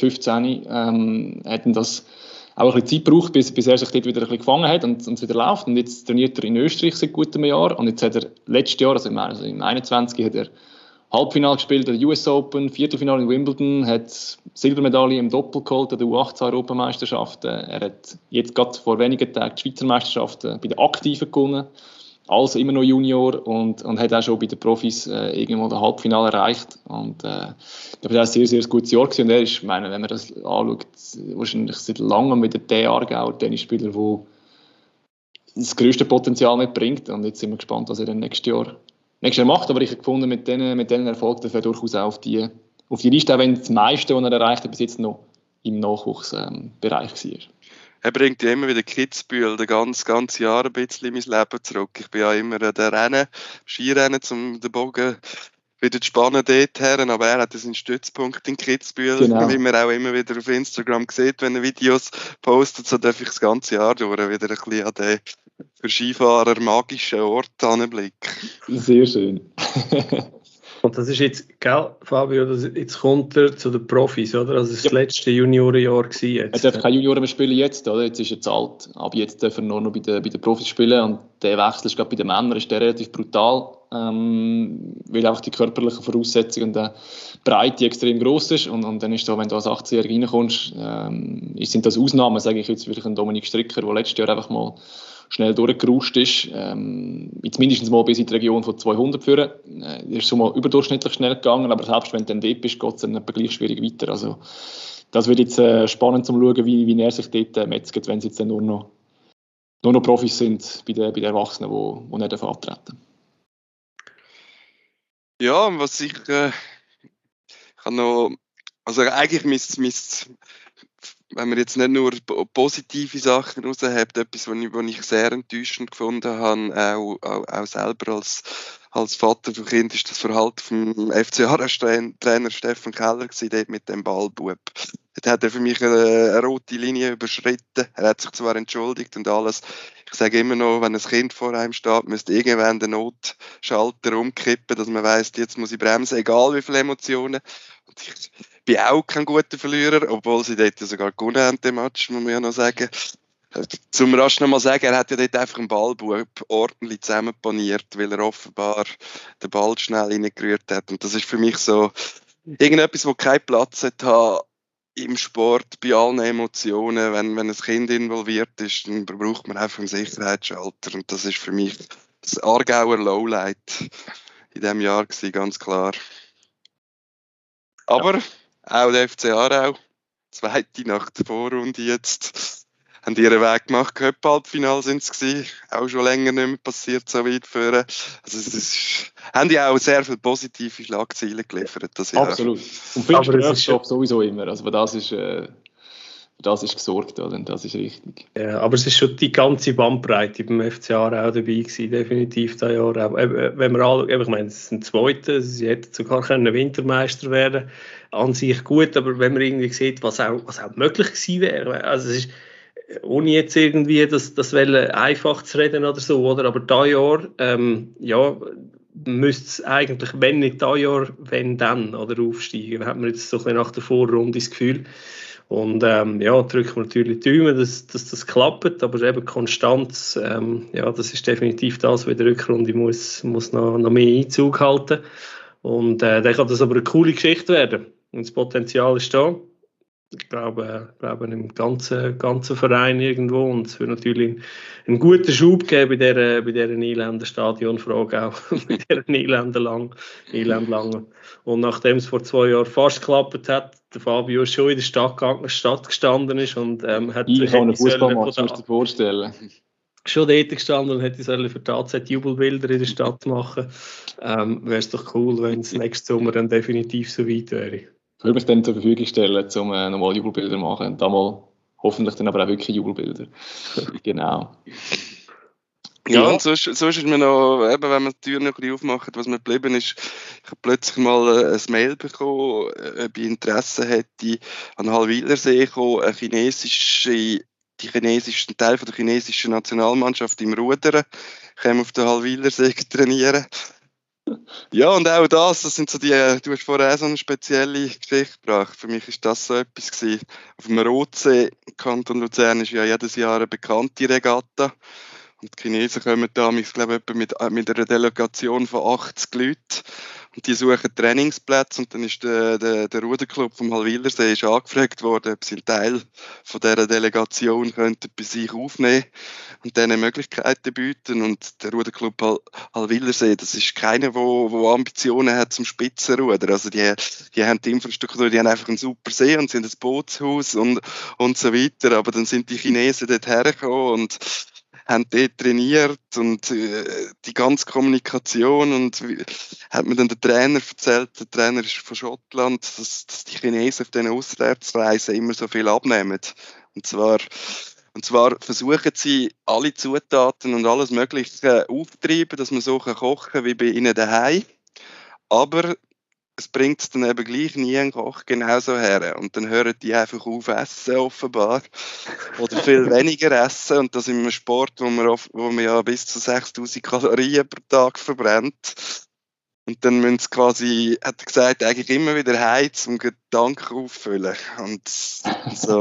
15 hätten das auch ein bisschen Zeit gebraucht, bis er sich dort wieder ein bisschen gefangen hat und es wieder läuft. Und jetzt trainiert er in Österreich seit gutem Jahr. Und jetzt hat er letztes Jahr, also im 21. hat er Halbfinale gespielt an der US Open, Viertelfinale in Wimbledon, hat Silbermedaille im Doppel geholt an der U18-Europameisterschaften. Er hat jetzt gerade vor wenigen Tagen die Schweizer Meisterschaften bei den Aktiven gewonnen. Also immer noch Junior und hat auch schon bei den Profis irgendwo das Halbfinale erreicht. Und ich glaube, das war ein sehr, sehr gutes Jahr gewesen. Und er ist, wenn man das anschaut, wahrscheinlich seit langem wieder der Aargauer Tennisspieler, der das grösste Potenzial mitbringt. Und jetzt sind wir gespannt, was er dann nächstes Jahr macht. Aber ich habe gefunden, mit diesen Erfolgen darf er durchaus auch auf die Liste, auch wenn das meiste, was er erreicht hat, bis jetzt noch im Nachwuchsbereich war. Er bringt ja immer wieder Kitzbühel das ganze Jahr ein bisschen in mein Leben zurück. Ich bin ja immer an Skirennen, um den Bogen wieder zu spannen dort her. Aber er hat seinen Stützpunkt in Kitzbühel, genau. Wie man auch immer wieder auf Instagram sieht, wenn er Videos postet. So darf ich das ganze Jahr durch wieder ein bisschen an den für Skifahrer magischen Ort anblicken. Sehr schön. Und das ist jetzt, gell, Fabio, jetzt kommt er zu den Profis, oder? Also das letzte Juniorenjahr war jetzt. Er darf keine Junioren mehr spielen jetzt, oder? Jetzt ist er zu alt. Aber jetzt darf er nur noch bei den Profis spielen. Und der Wechsel ist gerade bei den Männern ist der relativ brutal, weil einfach die körperlichen Voraussetzungen und die Breite extrem gross ist. Und dann ist so, wenn du als 18-Jähriger reinkommst, sind das Ausnahmen, sage ich jetzt, wirklich ein Dominik Stricker, der letztes Jahr einfach mal schnell durchgeruscht ist, jetzt mindestens mal bis in die Region von 200 führen. Ist so mal überdurchschnittlich schnell gegangen, aber selbst wenn du dann dort bist, geht es dann etwa gleich schwierig weiter. Also, das wird jetzt spannend zu schauen, wie er sich dort metzgt, wenn sie jetzt dann nur noch Profis sind bei den Erwachsenen, die nicht antreten. Ja, und was ich kann noch, also eigentlich wenn man jetzt nicht nur positive Sachen raushebt, etwas, was ich sehr enttäuschend gefunden habe, auch selber als Vater von Kind, ist das Verhalten vom FC Aarau-Trainer Stefan Keller gewesen, dort mit dem Ballbub. Dort hat er für mich eine rote Linie überschritten. Er hat sich zwar entschuldigt und alles. Ich sage immer noch, wenn ein Kind vor einem steht, müsste irgendwann der Notschalter umkippen, dass man weiss, jetzt muss ich bremsen, egal wie viele Emotionen. Und ich bin auch kein guter Verlierer, obwohl sie dort sogar gewonnen haben, den Match, muss man ja noch sagen. Zum rasch noch mal sagen, er hat ja dort einfach einen Ballbub ordentlich zusammenpaniert, weil er offenbar den Ball schnell reingerührt hat. Und das ist für mich so irgendetwas, wo keinen Platz hat im Sport, bei allen Emotionen, wenn ein Kind involviert ist, dann braucht man einfach einen Sicherheitsschalter. Und das ist für mich das Aargauer Lowlight in diesem Jahr gewesen, ganz klar. Aber auch der FC Aarau, zweite nach der Vorrunde jetzt, haben ihren Weg gemacht. Cup-Halbfinale sind es gewesen, auch schon länger nicht mehr passiert, so weit führen. Also haben die auch sehr viele positive Schlagzeilen geliefert das Jahr. Absolut. Und viel Gesprächsstoff sowieso immer. Also das ist gesorgt, oder? Das ist richtig. Ja, aber es ist schon die ganze Bandbreite beim FC Aarau dabei gewesen, definitiv dieses Jahr auch. Wenn wir alle, ich meine, es ist ein Zweiter, sie hätten sogar können Wintermeister werden, an sich gut, aber wenn man irgendwie sieht, was auch möglich gewesen wäre, also es ist, ohne jetzt irgendwie das einfach zu reden oder so, oder? Aber dieses Jahr, müsste es eigentlich, wenn nicht dieses Jahr, wenn dann, oder aufsteigen. Dann hat man jetzt so ein bisschen nach der Vorrunde das Gefühl. Und drücken wir natürlich die Daumen, dass das klappt, aber eben Konstanz, das ist definitiv das, was in der Rückrunde muss noch mehr Einzug halten. Und dann kann das aber eine coole Geschichte werden. Und das Potenzial ist da. Ich glaube im ganzen Verein irgendwo. Und es wird natürlich einen guten Schub geben bei dieser Niederländer-Stadionfrage auch, bei dieser Niederländer-Lange. Und nachdem es vor 2 Jahren fast geklappt hat, der Fabio schon in der Stadt gestanden ist und hat... Ich kann einen Fußballmatch mir vorstellen. Schon dort gestanden und hätte für die AZ Jubelbilder in der Stadt machen. Wäre es doch cool, wenn es nächsten Sommer dann definitiv so weit wäre. Ich würde mich dann zur Verfügung stellen, um nochmal Jubelbilder zu machen. Und damals hoffentlich dann aber auch wirklich Jubelbilder. Genau. Ja, und sonst ist mir noch, eben, wenn man die Tür noch ein bisschen aufmacht, was mir geblieben ist, ich habe plötzlich mal ein Mail bekommen, ob ich Interesse hätte, an Hallwilersee kommen, den chinesischen Teil von der chinesischen Nationalmannschaft im Rudern, ich komme auf den Hallwilersee trainieren. Ja, und auch das sind so du hast vorher auch so eine spezielle Geschichte gebracht. Für mich ist das so etwas gewesen. Auf dem Rotsee, Kanton Luzern, ist ja jedes Jahr eine bekannte Regatta. Und die Chinesen kommen da, ich glaube, mit einer Delegation von 80 Leuten. Und die suchen Trainingsplätze. Und dann ist der Ruderclub vom Hallwilersee angefragt worden, ob sie einen Teil von dieser Delegation könnten bei sich aufnehmen und denen Möglichkeiten bieten. Und der Ruderclub Hallwilersee, das ist keiner, der Ambitionen hat zum Spitzenrudern. Also die haben die Infrastruktur, die haben einfach einen super See und sie haben ein Bootshaus und so weiter. Aber dann sind die Chinesen dort hergekommen und haben dort trainiert und die ganze Kommunikation und hat mir dann der Trainer erzählt, der Trainer ist von Schottland, dass die Chinesen auf diesen Auswärtsreisen immer so viel abnehmen. Und zwar versuchen sie, alle Zutaten und alles Mögliche aufzutreiben, dass man so kochen kann wie bei ihnen daheim. Aber es bringt es dann eben gleich nie ein Koch genauso her. Und dann hören die einfach auf essen, offenbar. Oder viel weniger essen. Und das in einem Sport, wo man ja bis zu 6000 Kalorien pro Tag verbrennt. Und dann müssen sie quasi, hat er gesagt, eigentlich immer wieder heizen und Gedanken auffüllen. Und so.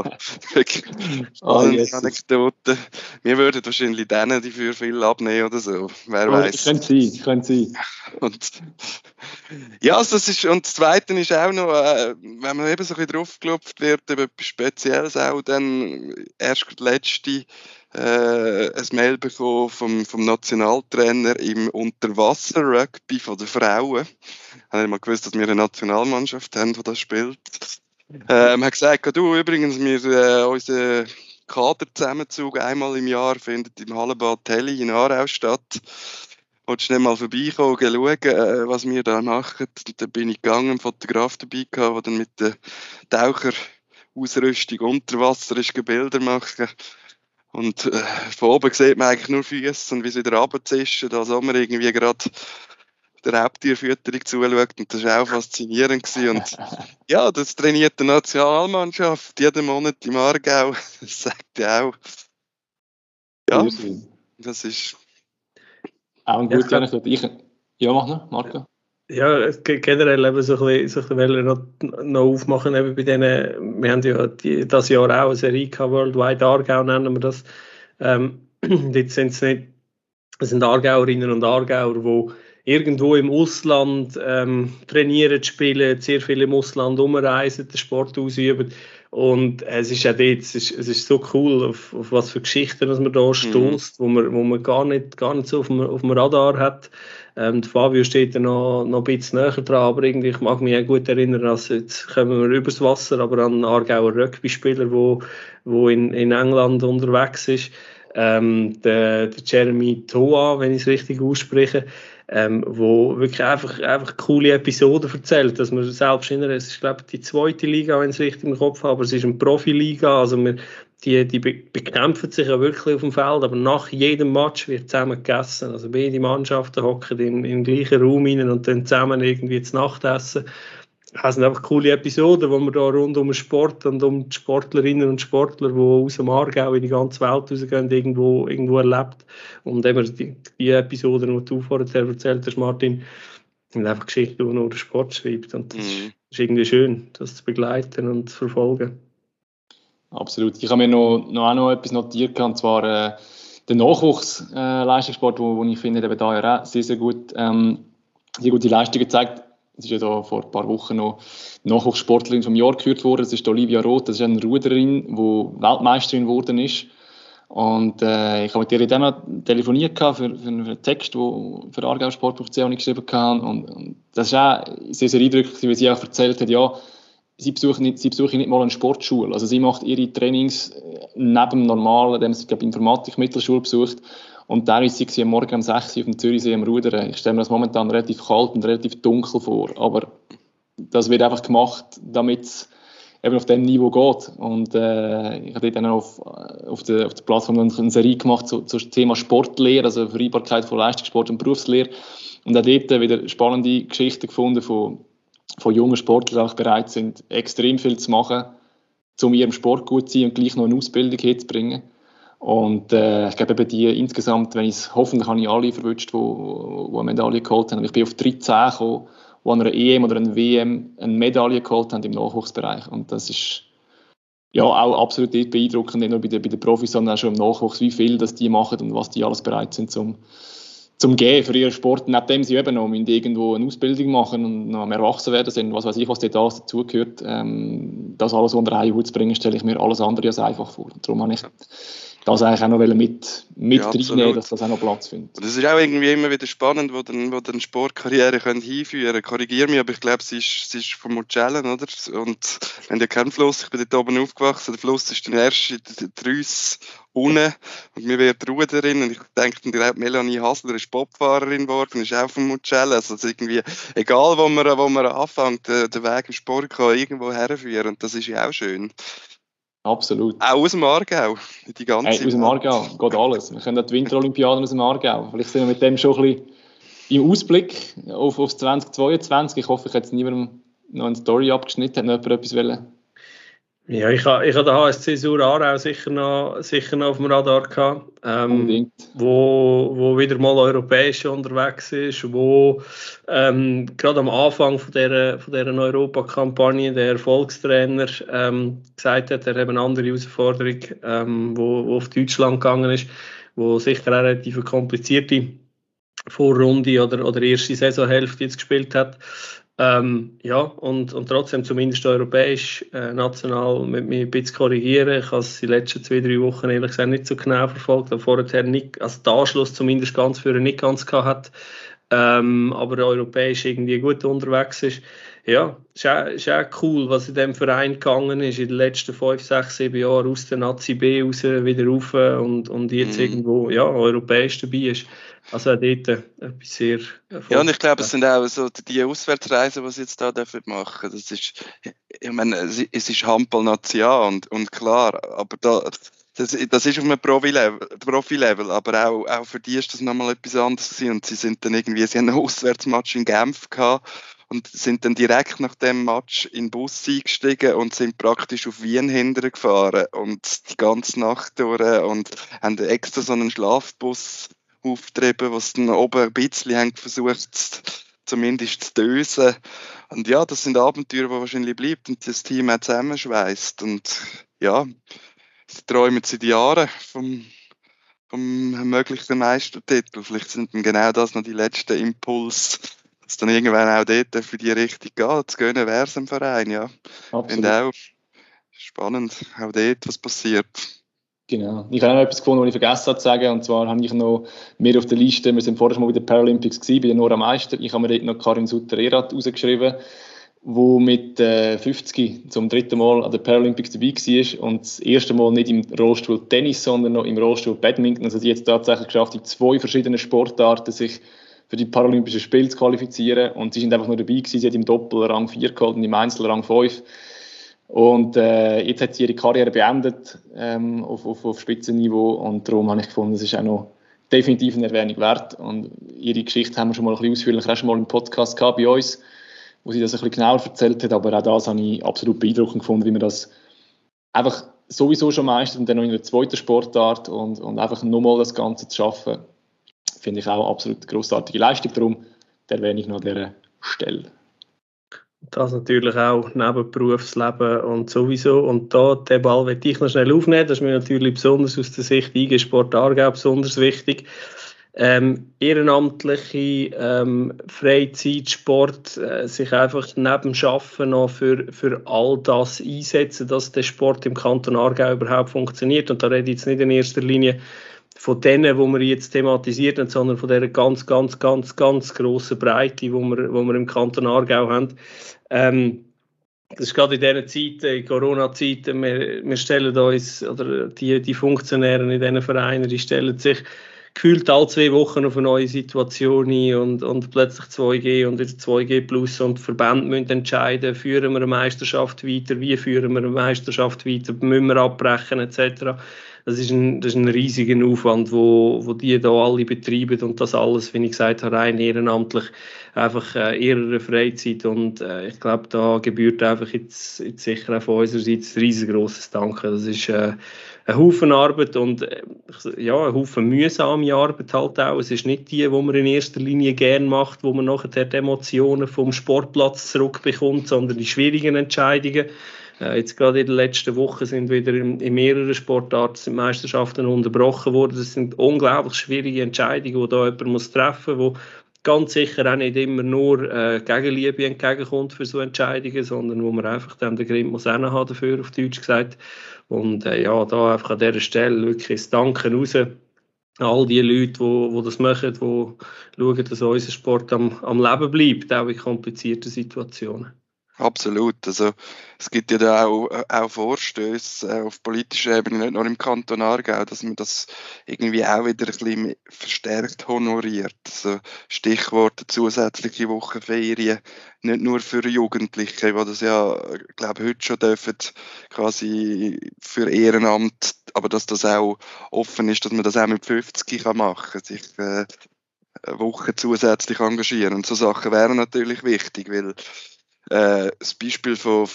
Spannende Anekdoten. Wir würden wahrscheinlich denen dafür viel abnehmen oder so. Wer weiß. Könnte sein. Und ja, also das ist, und das Zweite ist auch noch, wenn man eben so ein bisschen draufgelupft wird, eben etwas Spezielles auch, dann erst letzte ein Mail bekommen vom Nationaltrainer im Unterwasser-Rugby von den Frauen. Ich habe nicht mal gewusst, dass wir eine Nationalmannschaft haben, die das spielt. Hat gesagt, du übrigens, unser Kaderzusammenzug einmal im Jahr findet im Hallenbad Telly in Aarau statt. Wolltest du nicht mal vorbeikommen, schauen, was wir da machen? Und dann bin ich gegangen, einen Fotograf dabei gehabt, der dann mit der Taucherausrüstung unter Wasser ist, Bilder machen. Und von oben sieht man eigentlich nur Füße und wie sie wieder runterzischen, als ob man irgendwie gerade der Raubtierfütterung zuschaut. Und das war auch faszinierend gewesen. Und ja, das trainiert die Nationalmannschaft jeden Monat im Aargau. Das sagt ja auch. Ja, das ist... Auch ein guter Anekdote. Ja, mach noch, Marco. Ja, generell eben so ein bisschen noch aufmachen eben bei denen, wir haben ja das Jahr auch eine Serie gehabt, Worldwide Aargau nennen wir das. Jetzt sind Aargauerinnen und Aargauer, die irgendwo im Ausland trainieren, spielen, sehr viel im Ausland umreisen, den Sport ausüben Und es ist auch dort, es ist so cool, auf was für Geschichten dass man da stößt, wo man gar nicht so auf dem Radar hat. Fabio steht da noch ein bisschen näher dran, aber irgendwie, ich mag mich auch gut erinnern, also jetzt kommen wir übers Wasser, aber an einen Aargauer Rugby-Spieler, wo in England unterwegs ist, der Jeremy Toa, wenn ich es richtig ausspreche, wo wirklich einfach coole Episoden erzählt, dass man selbst es ist glaube ich die zweite Liga, wenn ich es richtig im Kopf habe, aber es ist eine Profiliga, also die bekämpfen sich ja wirklich auf dem Feld, aber nach jedem Match wird zusammen gegessen, also beide Mannschaften hocken im gleichen Raum rein und dann zusammen irgendwie zu Nacht essen. Das sind einfach coole Episoden, wo man da rund um den Sport und um die Sportlerinnen und Sportler, die aus dem Aargau in die ganze Welt rausgehen, irgendwo erlebt. Und eben die Episoden, die du vorher erzählt hast, Martin, sind einfach Geschichten, die nur der Sport schreibt. Und das ist irgendwie schön, das zu begleiten und zu verfolgen. Absolut. Ich habe mir noch etwas notiert, und zwar der Nachwuchsleistungssport, wo ich finde, eben da ja auch sehr gute Leistungen gezeigt. Es ist ja da vor ein paar Wochen noch Nachwuchssportlerin vom Jahr gekürt worden. Das ist Olivia Roth, das ist eine Ruderin, die Weltmeisterin geworden ist. Und ich habe mit ihr dann noch telefoniert für einen Text, den für aargausport.ch geschrieben habe. Und das ist auch sehr, sehr eindrücklich, weil sie auch erzählt hat, ja, sie besucht nicht mal eine Sportschule. Also sie macht ihre Trainings neben dem normalen, indem sie Informatik-Mittelschule besucht. Und teilweise ist sie am Morgen um 6 Uhr auf dem Zürichsee am Rudern. Ich stelle mir das momentan relativ kalt und relativ dunkel vor. Aber das wird einfach gemacht, damit es eben auf diesem Niveau geht. Und ich habe dann auf der Plattform eine Serie gemacht zum Thema Sportlehre, also Vereinbarkeit von Leistungssport und Berufslehre. Und auch dort wieder spannende Geschichten gefunden von jungen Sportlern, die auch bereit sind, extrem viel zu machen, um ihrem Sport gut zu sein und gleich noch eine Ausbildung hinzubringen. Und ich glaube eben die insgesamt, hoffentlich habe ich alle verwünscht, die eine Medaille geholt haben. Ich bin auf 13 gekommen, die an einer EM oder einer WM eine Medaille geholt haben im Nachwuchsbereich. Und das ist ja auch absolut beeindruckend, nicht nur bei den Profis, sondern auch schon im Nachwuchs, wie viel das die machen und was die alles bereit sind zum Gehen für ihren Sport, nachdem sie eben noch irgendwo eine Ausbildung machen und noch am Erwachsen werden sind, was weiß ich, was dort dazugehört, das alles unter einen Hut zu bringen, stelle ich mir alles andere als einfach vor. Und darum habe ich das eigentlich auch noch mit reinnehmen, dass das auch noch Platz findet. Und das ist auch irgendwie immer wieder spannend, wo dann Sportkarriere hinführen können. Korrigiere mich, aber ich glaube, sie ist von Mugello, oder? Und wir haben ja keinen Fluss, ich bin dort oben aufgewachsen, der Fluss ist dann erst in der Reuss unten und mir wird Ruderin und ich denke, Melanie Hasler ist Bobfahrerin geworden, ist auch von Mugello. Also irgendwie, egal wo man anfängt, der Weg im Sport kann irgendwo herführen und das ist ja auch schön. Absolut. Auch aus dem Aargau. Die ganze aus dem Aargau geht alles. Wir können auch die Winterolympiaden aus dem Aargau. Vielleicht sind wir mit dem schon ein bisschen im Ausblick auf 2022. Ich hoffe, ich habe jetzt niemandem noch eine Story abgeschnitten. Hat noch jemand etwas wollen? Ja, ich habe den HSC Sur Aarau sicher noch auf dem Radar gehabt, wo wieder mal europäisch unterwegs ist, wo gerade am Anfang von dieser Europa-Kampagne der Erfolgstrainer gesagt hat, er hat eine andere Herausforderung, wo auf Deutschland gegangen ist, wo sicher auch relativ eine komplizierte Vorrunde oder erste Saisonhälfte jetzt gespielt hat. Ja, und trotzdem zumindest europäisch, national mit mir ein bisschen korrigieren. Ich habe es die letzten 2-3 Wochen ehrlich gesagt nicht so genau verfolgt, aber vorher nicht, also den Anschluss zumindest ganz für nicht ganz gehabt hat, aber europäisch irgendwie gut unterwegs ist. Ja, ist auch cool, was in dem Verein gegangen ist in den letzten 5, 6, 7 Jahren aus der Nazi B raus, wieder rauf und jetzt irgendwo europäisch dabei ist. Also auch dort etwas sehr ja, und ich glaube, es sind auch so die Auswärtsreisen, die sie jetzt da machen dürfen. Das ist, ich meine, es ist Handball-Nation und klar, aber das ist auf einem Profi-Level, aber auch für die ist das nochmal etwas anderes gewesen. Und sie haben einen Auswärtsmatch in Genf gehabt und sind dann direkt nach dem Match in den Bus eingestiegen und sind praktisch auf Wien hintergefahren und die ganze Nacht durch und haben extra so einen Schlafbus auftrieben, was dann oben ein bisschen haben versucht, zumindest zu dösen. Und ja, das sind Abenteuer, die wahrscheinlich bleiben und das Team auch zusammenschweißt. Und ja, sie träumen seit Jahren vom möglichen Meistertitel. Vielleicht sind dann genau das noch die letzten Impulse, dass dann irgendwann auch dort für die Richtung geht. Zu gehen wäre es im Verein, ja. Absolut. Und auch spannend, auch dort, was passiert. Genau. Ich habe noch etwas gefunden, was ich vergessen habe zu sagen. Und zwar habe ich noch mehr auf der Liste, wir sind vorher schon mal bei den Paralympics gewesen, bei den Nora Meister. Ich habe mir dort noch Karin Sutter-Erath rausgeschrieben, die mit 50 zum 3. Mal an den Paralympics dabei war und das erste Mal nicht im Rollstuhl Tennis, sondern noch im Rollstuhl Badminton. Also sie hat es tatsächlich geschafft, in 2 verschiedenen Sportarten sich für die Paralympischen Spiele zu qualifizieren. Und sie sind einfach nur dabei gewesen. Sie hat im Doppel Rang 4 geholt und im Einzel Rang 5. Und jetzt hat sie ihre Karriere beendet auf Spitzenniveau und darum habe ich gefunden, es ist auch noch definitiv eine Erwähnung wert. Und ihre Geschichte haben wir schon mal ein bisschen ausführlich auch schon mal im Podcast gehabt bei uns, wo sie das ein bisschen genauer erzählt hat, aber auch das habe ich absolut beeindruckend gefunden, wie man das einfach sowieso schon meistert und dann noch in einer zweiten Sportart und einfach nochmal das Ganze zu schaffen, finde ich auch eine absolut grossartige Leistung. Darum erwähne ich noch an dieser Stelle. Das natürlich auch neben Berufsleben und sowieso. Und da, den Ball möchte ich noch schnell aufnehmen. Das ist mir natürlich besonders aus der Sicht IG Sport Aargau besonders wichtig. Ehrenamtliche Freizeitsport, sich einfach neben dem Arbeiten noch für all das einsetzen, dass der Sport im Kanton Aargau überhaupt funktioniert. Und da rede ich jetzt nicht in erster Linie von denen, die wir jetzt thematisiert haben, sondern von dieser ganz grossen Breite, die wir im Kanton Aargau haben. Das ist gerade in diesen Zeiten, in Corona-Zeiten, wir stellen uns, oder die Funktionäre in diesen Vereinen, die stellen sich gefühlt alle 2 Wochen auf eine neue Situation ein und plötzlich 2G und wieder 2G plus und die Verbände müssen entscheiden, führen wir eine Meisterschaft weiter, wie führen wir eine Meisterschaft weiter, müssen wir abbrechen etc. Das ist ein riesiger Aufwand, wo die da alle betreiben und das alles, wie ich gesagt habe, rein ehrenamtlich, einfach ihrer Freizeit und ich glaube, da gebührt einfach jetzt sicher auch von unserer Seite ein riesengroßes Danke. Das ist ein Haufen Arbeit und ja, ein Haufen mühsame Arbeit halt auch. Es ist nicht die man in erster Linie gerne macht, wo man nachher die Emotionen vom Sportplatz zurückbekommt, sondern die schwierigen Entscheidungen. Jetzt gerade in den letzten Wochen sind wieder in mehreren Sportarten Meisterschaften unterbrochen worden. Das sind unglaublich schwierige Entscheidungen, die da jemand muss treffen muss, wo ganz sicher auch nicht immer nur Gegenliebe entgegenkommt für so Entscheidungen, sondern wo man einfach dann den Grimm muss haben dafür, auf Deutsch gesagt. Und ja, da einfach an dieser Stelle wirklich das Danken raus an all die Leute, die das machen, die schauen, dass unser Sport am Leben bleibt, auch in komplizierten Situationen. Absolut. Also, es gibt ja da auch Vorstöße auf politischer Ebene, nicht nur im Kanton Aargau, dass man das irgendwie auch wieder ein bisschen verstärkt honoriert. Also, Stichwort zusätzliche Wochenferien, nicht nur für Jugendliche, die das ja, glaube ich, heute schon dürfen, quasi für Ehrenamt, aber dass das auch offen ist, dass man das auch mit 50 machen kann, sich eine Woche zusätzlich engagieren. Und so Sachen wären natürlich wichtig, weil das Beispiel von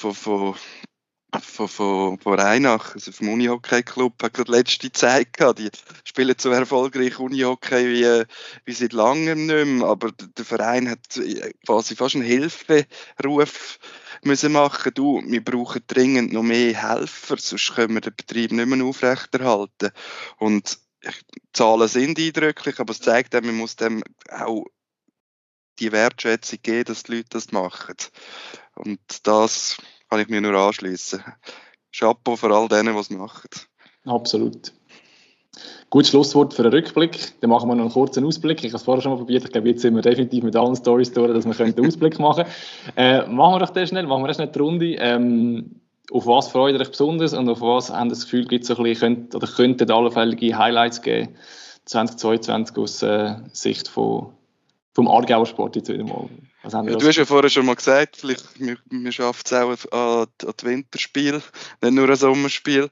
Rheinach, also vom Unihockey-Club, hat gerade letzte Zeit gehabt. Die spielen so erfolgreich Unihockey wie seit langem nicht mehr, aber der Verein hat quasi fast einen Hilferuf müssen machen. Wir brauchen dringend noch mehr Helfer, sonst können wir den Betrieb nicht mehr aufrechterhalten. Und die Zahlen sind eindrücklich, aber es zeigt auch, man muss dem auch die Wertschätzung geben, dass die Leute das machen. Und das kann ich mir nur anschließen. Chapeau für all denen, die es machen. Absolut. Gutes Schlusswort für einen Rückblick. Dann machen wir noch einen kurzen Ausblick. Ich habe es vorher schon mal probiert. Ich glaube, jetzt sind wir definitiv mit allen Storys durch, dass wir einen Ausblick machen können. Machen wir doch das schnell. Machen wir schnell die Runde. Auf was freut ihr euch besonders und auf was habt ihr das Gefühl, gibt es so ein bisschen, könnten allfällige Highlights geben 2022 aus Sicht vom Aargauer Sport jetzt wieder mal. Du hast ja vorher schon mal gesagt, vielleicht wir schaffen es auch an die Winterspiele, nicht nur ein Sommerspiel.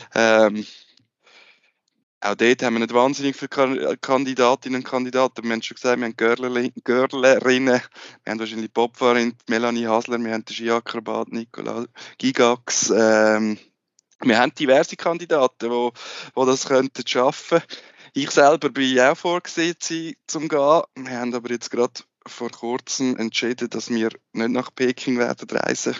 Auch dort haben wir nicht wahnsinnig viele Kandidatinnen und Kandidaten. Wir haben schon gesagt, wir haben Görlerinnen, wir haben wahrscheinlich Bobfahrerin Melanie Hasler, wir haben den Skiakrobat Nicolas Gigax. Wir haben diverse Kandidaten, die das könnten schaffen. Ich selber bin auch vorgesehen, zum gehen. Wir haben aber jetzt gerade vor kurzem entschieden, dass wir nicht nach Peking werden reisen.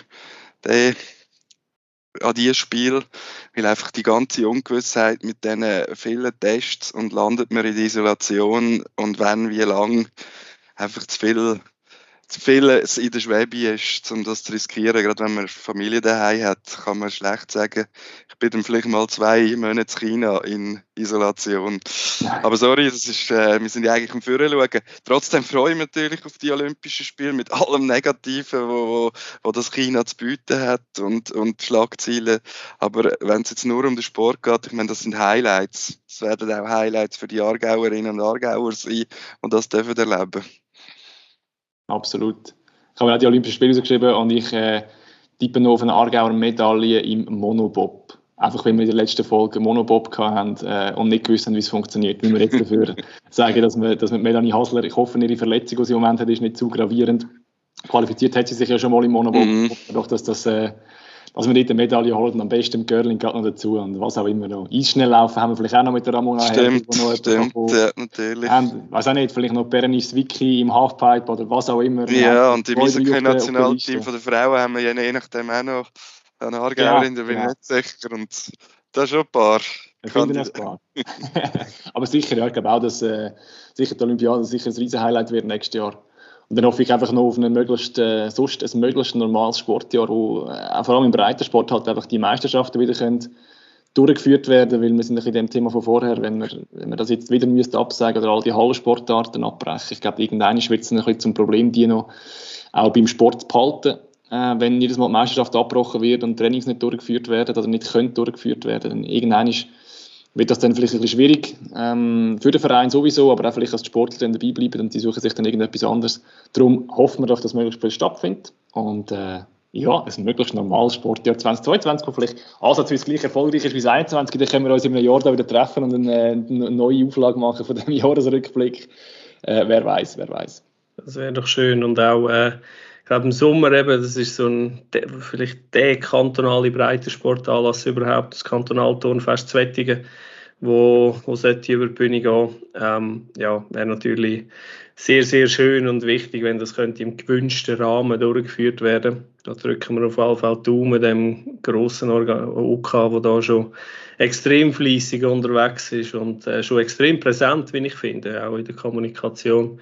An dieses Spiel, weil einfach die ganze Ungewissheit mit diesen vielen Tests und landet man in der Isolation und wenn, wie lang, einfach zu viel zu viel in der Schwebe ist, um das zu riskieren. Gerade wenn man Familie daheim hat, kann man schlecht sagen, ich bin dann vielleicht mal 2 Monate in China in Isolation. Nein. Aber sorry, das ist, wir sind ja eigentlich am Führen schauen. Trotzdem freue ich mich natürlich auf die Olympischen Spiele mit allem Negativen, wo das China zu bieten hat und Schlagzeilen. Aber wenn es jetzt nur um den Sport geht, ich meine, das sind Highlights. Es werden auch Highlights für die Aargauerinnen und Aargauer sein und das dürfen erleben. Absolut. Ich habe mir auch die Olympischen Spiele geschrieben und ich tippe noch auf eine Aargauer Medaille im Monobob. Einfach, weil wir in der letzten Folge Monobob hatten und nicht gewusst haben, wie es funktioniert. Wie wir jetzt dafür sagen, dass wir Melanie Hasler, ich hoffe, ihre Verletzung, die sie im Moment hat, ist nicht zu gravierend. Qualifiziert hat sie sich ja schon mal im Monobob. Doch, dass wir dort eine Medaille holen und am besten im Curling gerade noch dazu und was auch immer noch. Eisschnell laufen haben wir vielleicht auch noch mit der Ramona Stimmt, ja, natürlich. Weiß auch nicht, vielleicht noch Berenice Zwicky im Halfpipe oder was auch immer. Ja, und im Eishockey-Nationalteam von der Frauen haben wir je nachdem auch noch eine Aargauerin, da bin ich nicht sicher. Und da schon ein paar. Ich finde ein paar. Aber sicher, ja, ich glaube auch, dass sicher die Olympiade sicher ein riesen Highlight wird nächstes Jahr. Und dann hoffe ich einfach noch auf ein möglichst normales Sportjahr, wo vor allem im Breitensport halt einfach die Meisterschaften wieder können durchgeführt werden, weil wir sind in dem Thema von vorher, wenn wir das jetzt wieder absagen oder all die Hallensportarten abbrechen. Ich glaube, irgendwann wird es ein bisschen zum Problem, die noch auch beim Sport zu behalten. Wenn jedes Mal die Meisterschaft abgebrochen wird und Trainings nicht durchgeführt werden oder nicht können durchgeführt werden, dann irgendwann wird das dann vielleicht ein bisschen schwierig. Für den Verein sowieso, aber auch vielleicht als die Sportler dann dabei bleiben und die suchen sich dann irgendetwas anderes. Darum hoffen wir, dass das möglichst viel stattfindet. Und ja, ein möglichst normales Sportjahr 2022, das vielleicht ansatzweise gleich erfolgreich ist wie 2021. Dann können wir uns in einem Jahr da wieder treffen und eine neue Auflage machen von dem Jahresrückblick. Wer weiß. Das wäre doch schön. Und auch, ich glaube, im Sommer eben, das ist so vielleicht der kantonale Breitensportanlass überhaupt, das Kantonalturnfest Zwettingen, wo sollte über die Bühne gehen. Ja, wäre natürlich sehr, sehr schön und wichtig, wenn das könnte im gewünschten Rahmen durchgeführt werden. Da drücken wir auf jeden Fall Daumen dem grossen OK, der da schon extrem fleissig unterwegs ist und schon extrem präsent, wie ich finde, auch in der Kommunikation.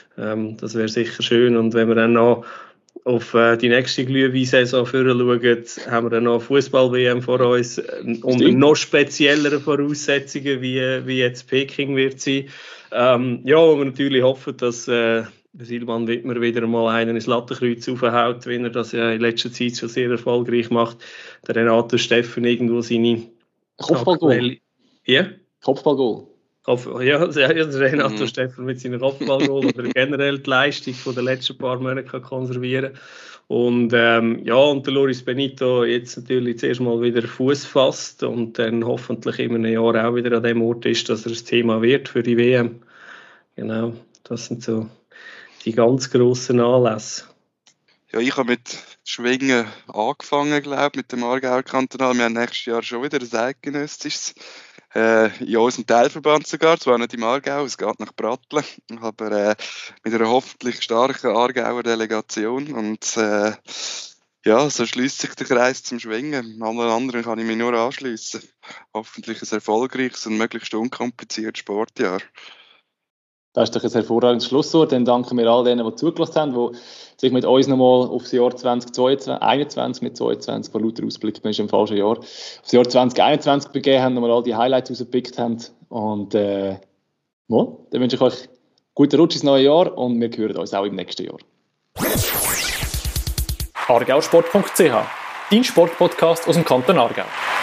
Das wäre sicher schön. Und wenn wir dann noch auf die nächste Glühwein-Saison schauen, haben wir dann noch Fußball-WM vor uns unter noch spezielleren Voraussetzungen, wie jetzt Peking wird sein. Ja, wo wir natürlich hoffen, dass Silvan Wittmer wieder mal einen ins Lattenkreuz aufhaut, wie er das ja in letzter Zeit schon sehr erfolgreich macht. Der Renato Steffen irgendwo seine Kopfballgoal. Ja? Kopfballgoal. Ja, der Renato Steffen mit seiner Kopfballgoal oder generell die Leistung von den letzten paar Monaten kann konservieren. Und ja, und der Loris Benito jetzt natürlich zuerst mal wieder Fuß fasst und dann hoffentlich in einem Jahr auch wieder an dem Ort ist, dass er ein Thema wird für die WM. Genau, das sind so die ganz grossen Anlässe. Ja, ich habe mit Schwingen angefangen, glaube ich, mit dem Aargauer Kantonal. Wir haben nächstes Jahr schon wieder ein eidgenössisches. In unserem Teilverband sogar, zwar nicht im Aargau, es geht nach Brattlen, aber mit einer hoffentlich starken Aargauer Delegation und ja, so schließt sich der Kreis zum Schwingen. Allen anderen kann ich mich nur anschliessen. Hoffentlich ein erfolgreiches und möglichst unkompliziertes Sportjahr. Das ist doch ein hervorragendes Schlusswort. Dann danken wir all denen, die zugelassen haben, die sich mit uns nochmal aufs Jahr 2021 mit 22, von lauter Ausblick, das ist im falschen Jahr, aufs Jahr 2021 begeben haben, nochmal all die Highlights rausgepickt haben. Und dann wünsche ich euch guten Rutsch ins neue Jahr und wir hören uns auch im nächsten Jahr. Aargausport.ch, dein Sportpodcast aus dem Kanton Aargau.